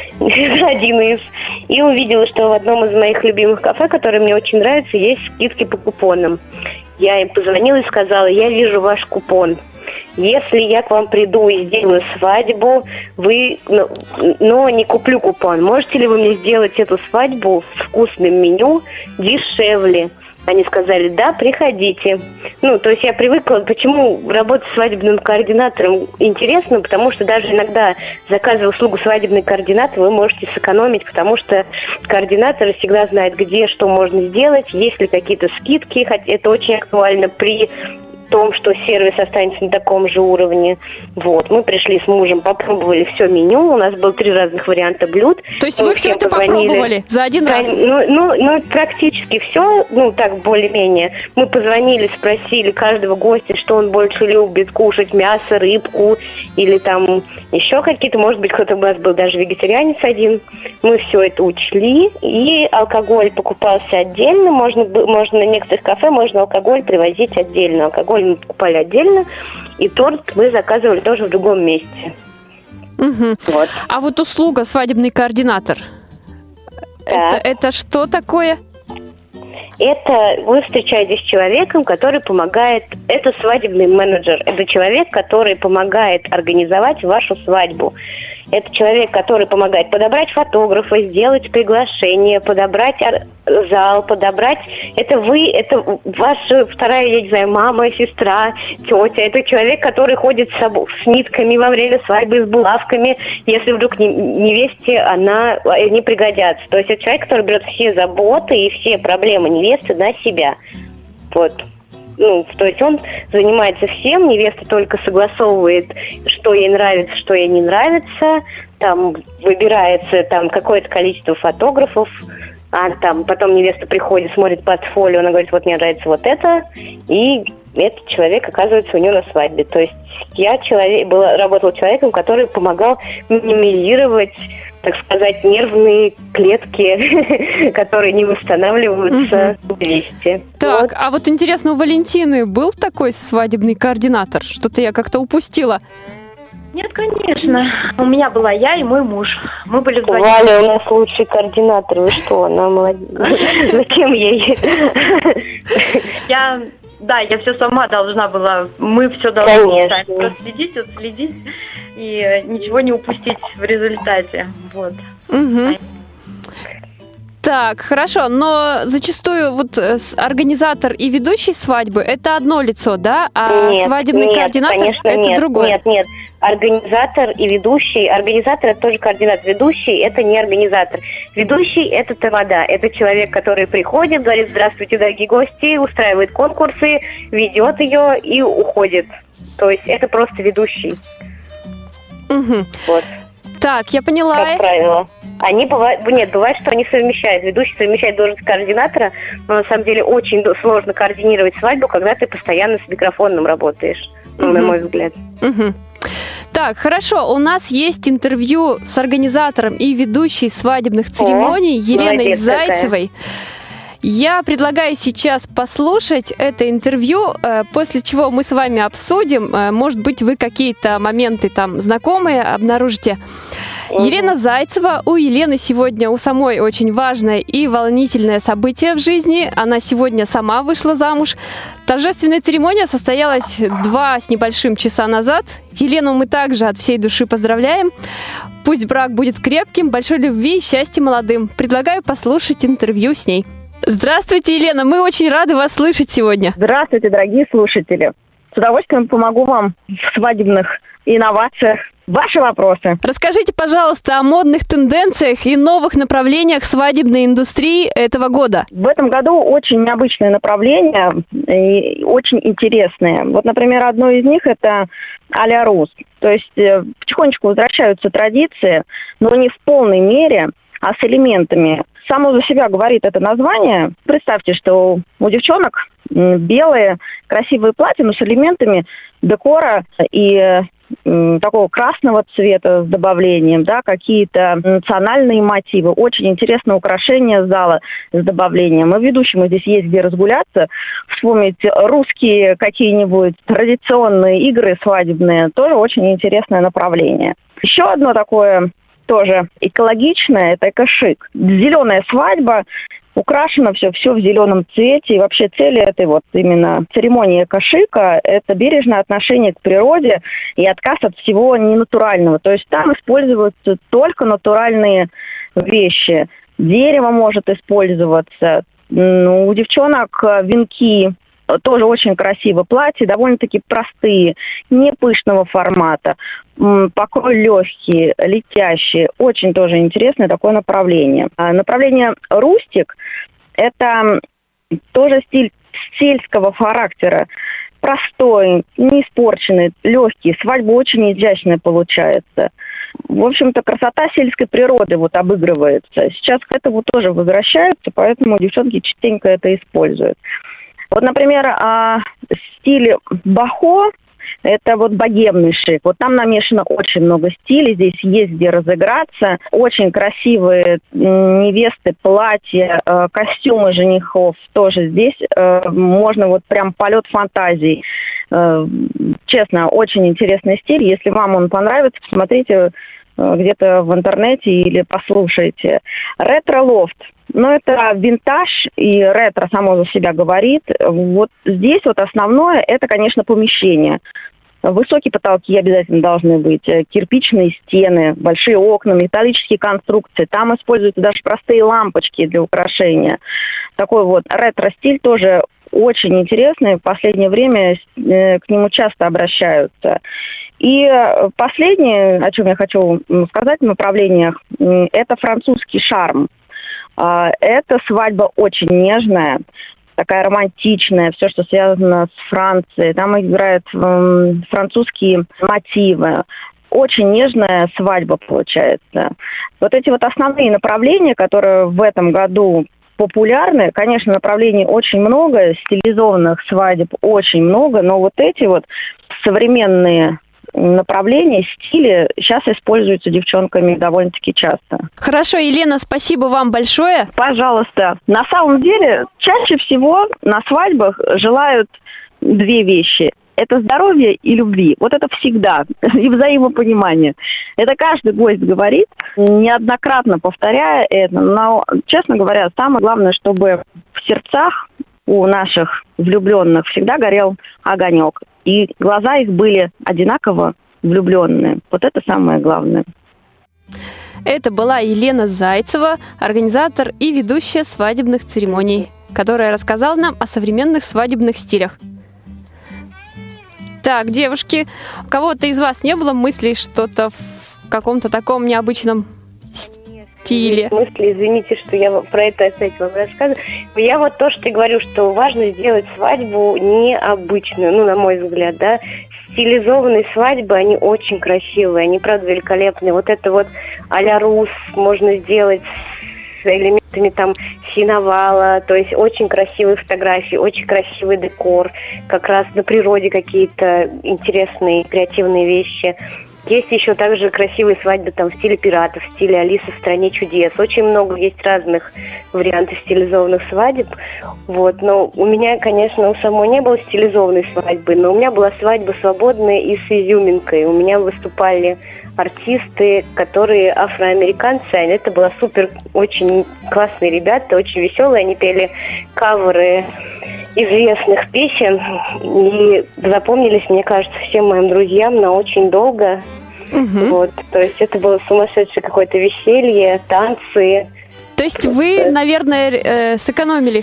G: один из, и увидела, что в одном из моих любимых кафе, которое мне очень нравится, есть скидки по купонам. Я им позвонила и сказала: я вижу ваш купон. Если я к вам приду и сделаю свадьбу, вы, но, но не куплю купон, можете ли вы мне сделать эту свадьбу с вкусным меню дешевле? Они сказали: да, приходите. Ну, то есть я привыкла, почему работать свадебным координатором интересно, потому что даже иногда, заказывая услугу свадебный координатор, вы можете сэкономить, потому что координатор всегда знает, где что можно сделать, есть ли какие-то скидки, хотя это очень актуально при том, что сервис останется на таком же уровне. Вот, мы пришли с мужем, попробовали все меню, у нас было три разных варианта блюд.
D: То есть
G: Мы
D: вы все
G: всем
D: это
G: позвонили.
D: попробовали за один
G: Да,
D: раз?
G: Ну, ну, ну, практически все, ну, так, более-менее. Мы позвонили, спросили каждого гостя, что он больше любит кушать: мясо, рыбку или там еще какие-то, может быть, кто-то у нас был даже вегетарианец один. Мы все это учли, и алкоголь покупался отдельно, можно, бы- можно на некоторых кафе можно алкоголь привозить отдельно. Алкоголь мы покупали отдельно, и торт мы заказывали тоже в другом месте.
D: Мгм.
G: Вот.
D: А вот услуга свадебный координатор, это, это что такое?
G: Это вы встречаетесь с человеком, который помогает, это свадебный менеджер, это человек, который помогает организовать вашу свадьбу. Это человек, который помогает подобрать фотографа, сделать приглашение, подобрать зал, подобрать... Это вы, это ваша вторая, я не знаю, мама, сестра, тетя. Это человек, который ходит с, собой, с нитками во время свадьбы, с булавками. Если вдруг невесте она, они пригодятся. То есть это человек, который берет все заботы и все проблемы невесты на себя. Вот. Ну, то есть он занимается всем, невеста только согласовывает, что ей нравится, что ей не нравится, там выбирается там какое-то количество фотографов, а там потом невеста приходит, смотрит портфолио, она говорит, вот мне нравится вот это, и этот человек оказывается у нее на свадьбе. То есть я человек, была, работала человеком, который помогал минимизировать, так сказать, нервные клетки, которые не восстанавливаются угу. вместе.
D: Так,
G: вот.
D: А вот интересно, у Валентины был такой свадебный координатор? Что-то я как-то упустила.
F: Нет, конечно. У меня была я и мой муж. Мы были вдвоем.
G: Валя у нас лучший координатор. Вы что, она молодец. Зачем ей?
F: Я... Да, я все сама должна была, мы все должны проследить, отследить и ничего не упустить в результате. Вот.
D: Угу. Так, хорошо, но зачастую вот организатор и ведущий свадьбы – это одно лицо, да? А
G: нет,
D: свадебный
G: нет,
D: координатор – это
G: нет,
D: другое?
G: Нет, нет, организатор и ведущий. Организатор – это тоже координатор. Ведущий – это не организатор. Ведущий – это тамада. Это человек, который приходит, говорит «Здравствуйте, дорогие гости», устраивает конкурсы, ведет ее и уходит. То есть это просто ведущий.
D: Угу.
G: Вот.
D: Так, я поняла.
G: Как правило. Они бывают, нет, бывает, что они совмещают. Ведущий совмещает должность координатора, но на самом деле очень сложно координировать свадьбу, когда ты постоянно с микрофоном работаешь, ну, угу. на мой взгляд.
D: Угу. Так, хорошо, у нас есть интервью с организатором и ведущей свадебных церемоний О, Еленой Зайцевой. Какая. Я предлагаю сейчас послушать это интервью, после чего мы с вами обсудим. Может быть, вы какие-то моменты там знакомые обнаружите. Угу. Елена Зайцева. У Елены сегодня у самой очень важное и волнительное событие в жизни. Она сегодня сама вышла замуж. Торжественная церемония состоялась два с небольшим часа назад. Елену мы также от всей души поздравляем. Пусть брак будет крепким, большой любви и счастья молодым. Предлагаю послушать интервью с ней. Здравствуйте, Елена, мы очень рады вас слышать сегодня.
H: Здравствуйте, дорогие слушатели. С удовольствием помогу вам в свадебных инновациях. Ваши вопросы.
D: Расскажите, пожалуйста, о модных тенденциях и новых направлениях свадебной индустрии этого года.
H: В этом году очень необычные направления и очень интересные. Вот, например, одно из них – это а-ля Рус. То есть потихонечку возвращаются традиции, но не в полной мере, а с элементами. Само за себя говорит это название. Представьте, что у девчонок белые красивые платья, но с элементами декора и такого красного цвета с добавлением, да, какие-то национальные мотивы. Очень интересное украшение зала с добавлением. И ведущему здесь есть где разгуляться. Вспомнить русские какие-нибудь традиционные игры свадебные. Тоже очень интересное направление. Еще одно такое тоже экологичное, это эко-шик. Зеленая свадьба, украшено все, все в зеленом цвете. И вообще цель этой вот именно церемонии эко-шика – это бережное отношение к природе и отказ от всего ненатурального. То есть там используются только натуральные вещи. Дерево может использоваться. Ну, у девчонок венки. Тоже очень красивые платья, довольно-таки простые, не пышного формата. Покрой легкий, летящий. Очень тоже интересное такое направление. Направление рустик – это тоже стиль сельского характера. Простой, не испорченный, легкий. Свадьба очень изящная получается. В общем-то, красота сельской природы вот обыгрывается. Сейчас к этому тоже возвращаются, поэтому девчонки частенько это используют. Вот, например, стиль бохо – это вот богемный шик. Вот там намешано очень много стилей, здесь есть где разыграться. Очень красивые невесты, платья, костюмы женихов тоже здесь. Можно вот прям полет фантазий. Честно, очень интересный стиль. Если вам он понравится, посмотрите где-то в интернете или послушайте. Ретро-лофт. Но это винтаж и ретро само за себя говорит. Вот здесь вот основное – это, конечно, помещение. Высокие потолки обязательно должны быть, кирпичные стены, большие окна, металлические конструкции. Там используются даже простые лампочки для украшения. Такой вот ретро-стиль тоже очень интересный. В последнее время к нему часто обращаются. И последнее, о чем я хочу сказать в направлениях, это французский шарм. Это свадьба очень нежная, такая романтичная, все, что связано с Францией. Там играют французские мотивы. Очень нежная свадьба получается. Вот эти вот основные направления, которые в этом году популярны, конечно, направлений очень много, стилизованных свадеб очень много, но вот эти вот современные направления, стили сейчас используются девчонками довольно-таки часто.
D: Хорошо, Елена, спасибо вам большое.
H: Пожалуйста. На самом деле, чаще всего на свадьбах желают две вещи. Это здоровье и любви. Вот это всегда. И взаимопонимание. Это каждый гость говорит, неоднократно повторяя это. Но, честно говоря, самое главное, чтобы в сердцах у наших влюбленных всегда горел огонек. И глаза их были одинаково влюбленные. Вот это самое главное.
D: Это была Елена Зайцева, организатор и ведущая свадебных церемоний, которая рассказала нам о современных свадебных стилях. Так, девушки, у кого-то из вас не было мыслей что-то в каком-то таком необычном стиле?
G: Нет мысли, извините, что я про это опять вам рассказываю. Я вот то, что я говорю, что важно сделать свадьбу необычную, ну, на мой взгляд, да. Стилизованные свадьбы, они очень красивые, они, правда, великолепные. Вот это вот а-ля рус можно сделать с элементами там сеновала, то есть очень красивые фотографии, очень красивый декор, как раз на природе какие-то интересные, креативные вещи. Есть еще также красивые свадьбы там в стиле пиратов, в стиле Алисы в стране чудес. Очень много есть разных вариантов стилизованных свадеб. Вот. Но у меня, конечно, у самой не было стилизованной свадьбы, но у меня была свадьба свободная и с изюминкой. У меня выступали артисты, которые афроамериканцы. Это было супер, очень классные ребята, очень веселые. Они пели каверы известных песен и запомнились, мне кажется, всем моим друзьям на очень долго.
D: Угу.
G: Вот, то есть это было сумасшедшее какое-то веселье, танцы.
D: То есть вы, наверное, э, сэкономили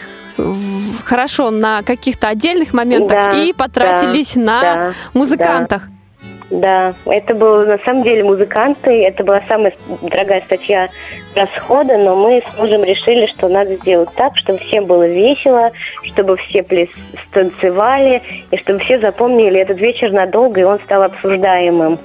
D: хорошо на каких-то отдельных моментах, да, и потратились, да, на да, музыкантах.
G: Да. Да, это было на самом деле музыканты, это была самая дорогая статья расхода, но мы с мужем решили, что надо сделать так, чтобы всем было весело, чтобы все пляс, станцевали, и чтобы все запомнили этот вечер надолго, и он стал обсуждаемым.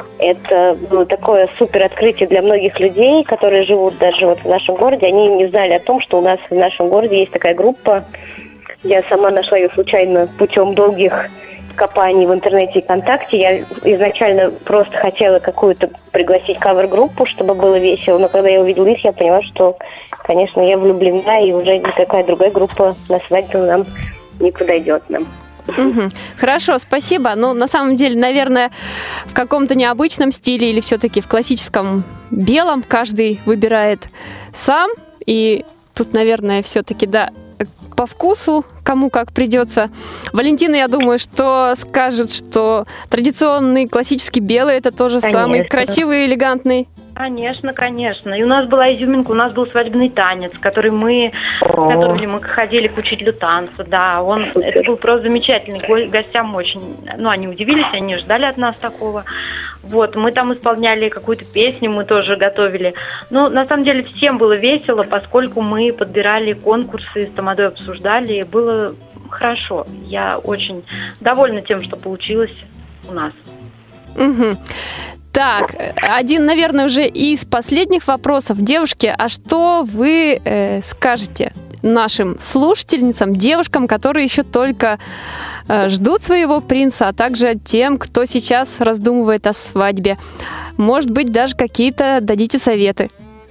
G: Это было такое супер открытие для многих людей, которые живут даже вот в нашем городе. Они не знали о том, что у нас в нашем городе есть такая группа. Я сама нашла ее случайно путем долгих копаний в интернете и ВКонтакте. Я изначально просто хотела какую-то пригласить кавер-группу, чтобы было весело, но когда я увидела их, я поняла, что, конечно, я влюблена, и уже никакая другая группа на свадьбу нам не подойдет нам.
D: Угу. Хорошо, спасибо. Ну, на самом деле, наверное, в каком-то необычном стиле или все-таки в классическом белом каждый выбирает сам, и тут, наверное, все-таки, да, по вкусу, кому как придется. Валентина, я думаю, что скажет, что традиционный классический белый – это тоже Конечно. Самый красивый и элегантный.
F: Конечно, конечно. И у нас была изюминка, у нас был свадебный танец, который мы О. готовили, мы ходили к учителю танца, да. Он, это был просто замечательный, гостям очень, ну, они удивились, они ждали от нас такого. Вот, мы там исполняли какую-то песню, мы тоже готовили. Но на самом деле всем было весело, поскольку мы подбирали конкурсы, с тамадой обсуждали, было хорошо. Я очень довольна тем, что получилось у нас.
D: Угу. Так, один, наверное, уже из последних вопросов. Девушки, а что вы э, скажете нашим слушательницам, девушкам, которые еще только э, ждут своего принца, а также тем, кто сейчас раздумывает о свадьбе? Может быть, даже какие-то дадите советы?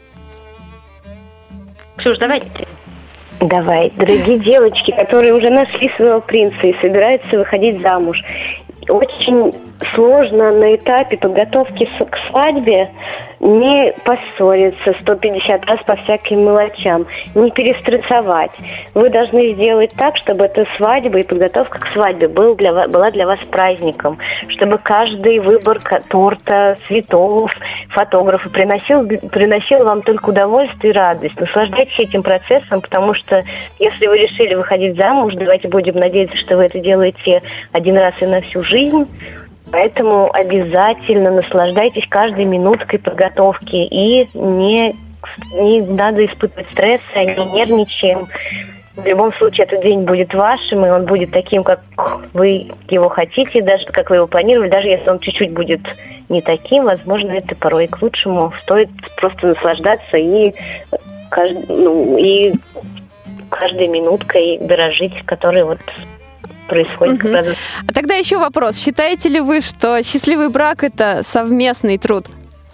F: Ксюш, давайте.
G: Давай, дорогие девочки, которые уже нашли своего принца и собираются выходить замуж. Очень сложно на этапе подготовки к свадьбе не поссориться сто пятьдесят раз по всяким мелочам, не перестрессовать. Вы должны сделать так, чтобы эта свадьба и подготовка к свадьбе был для вас, была для вас праздником, чтобы каждый выбор торта, цветов, фотографа приносил, приносил вам только удовольствие и радость. Наслаждайтесь этим процессом, потому что если вы решили выходить замуж, давайте будем надеяться, что вы это делаете один раз и на всю жизнь. Поэтому обязательно наслаждайтесь каждой минуткой подготовки и не, не надо испытывать стресса, не нервничаем. В любом случае этот день будет вашим, и он будет таким, как вы его хотите, даже как вы его планировали, даже если он чуть-чуть будет не таким, возможно, это порой к лучшему. Стоит просто наслаждаться и, ну, и каждой минуткой дорожить, которой вот происходит.
D: Угу. А тогда еще вопрос. Считаете ли вы, что счастливый брак – это совместный труд?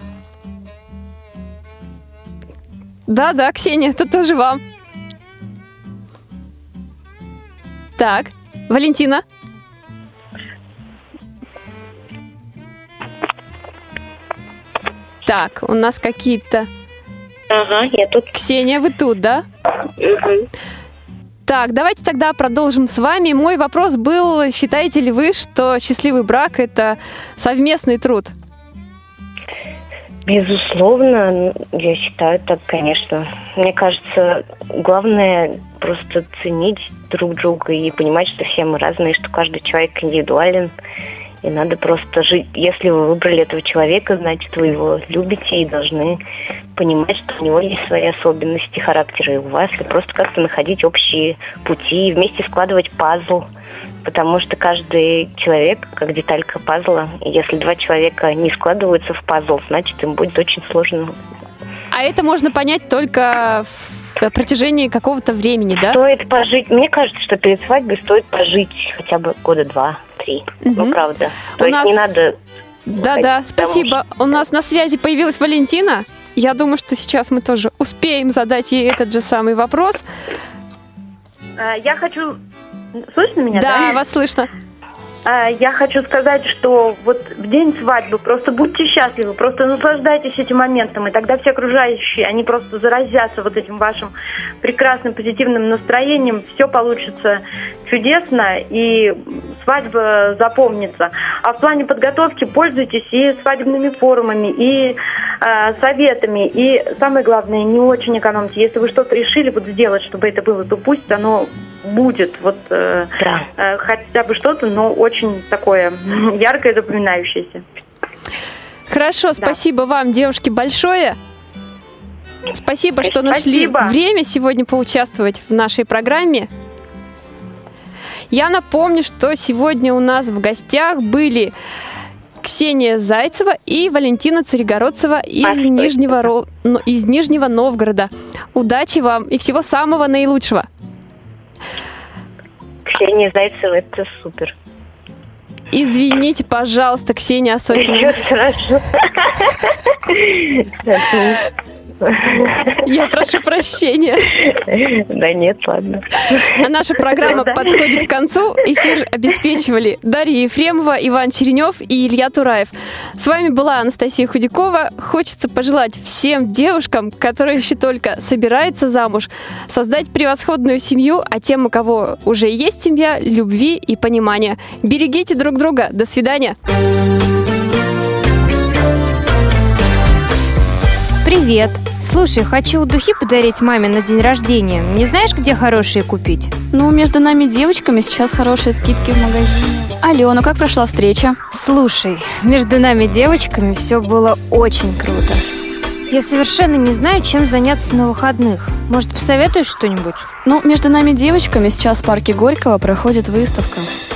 D: Да-да, Ксения, это тоже вам. Так, Валентина? Так, у нас какие-то...
G: Ага, я тут.
D: Ксения, вы тут, да?
G: Угу.
D: Так, давайте тогда продолжим с вами. Мой вопрос был, считаете ли вы, что счастливый брак – это совместный труд?
G: Безусловно, я считаю так, конечно. Мне кажется, главное просто ценить друг друга и понимать, что все мы разные, что каждый человек индивидуален. И надо просто жить. Если вы выбрали этого человека, значит, вы его любите и должны понимать, что у него есть свои особенности характера и у вас, и просто как-то находить общие пути и вместе складывать пазл. Потому что каждый человек как деталька пазла. И если два человека не складываются в пазл, значит, им будет очень сложно.
D: А это можно понять только в протяжении какого-то времени, да?
G: Стоит пожить. Мне кажется, что перед свадьбой стоит пожить хотя бы года два-три. Угу. Ну, правда. То
D: у
G: есть
D: нас...
G: не надо...
D: Да-да, спасибо. У нас на связи появилась Валентина. Я думаю, что сейчас мы тоже успеем задать ей этот же самый вопрос.
F: Я хочу... Слышно меня, да?
D: Да, вас слышно.
F: Я хочу сказать, что вот в день свадьбы просто будьте счастливы, просто наслаждайтесь этим моментом, и тогда все окружающие, они просто заразятся вот этим вашим прекрасным позитивным настроением, все получится чудесно, и свадьба запомнится. А в плане подготовки пользуйтесь и свадебными форумами, и э, советами, и самое главное, не очень экономьте. Если вы что-то решили вот сделать, чтобы это было, то пусть оно будет, вот э,
G: да.
F: э, хотя бы что-то, но очень такое яркое, запоминающееся.
D: Хорошо, да. Спасибо вам, девушки, большое. Спасибо, что нашли
F: Спасибо.
D: время сегодня поучаствовать в нашей программе. Я напомню, что сегодня у нас в гостях были Ксения Зайцева и Валентина Царегородцева из,
G: а
D: Нижнего, Ро... из Нижнего Новгорода. Удачи вам и всего самого наилучшего.
G: Ксения Зайцева, это супер.
D: Извините, пожалуйста, Ксения Осокина.
G: Ничего страшного.
D: Я прошу прощения.
G: Да нет, ладно.
D: А наша программа подходит к концу. Эфир обеспечивали Дарья Ефремова, Иван Черенев и Илья Тураев. С вами была Анастасия Худякова. Хочется пожелать всем девушкам, которые еще только собираются замуж, создать превосходную семью, а тем, у кого уже есть семья, любви и понимания. Берегите друг друга. До свидания.
A: Привет. Слушай, хочу духи подарить маме на день рождения. Не знаешь, где хорошие купить?
B: Ну, между нами девочками сейчас хорошие скидки в магазине. Алена, как прошла встреча?
A: Слушай, между нами девочками все было очень круто. Я совершенно не знаю, чем заняться на выходных. Может, посоветуешь что-нибудь?
B: Ну, между нами девочками сейчас в парке Горького проходит выставка.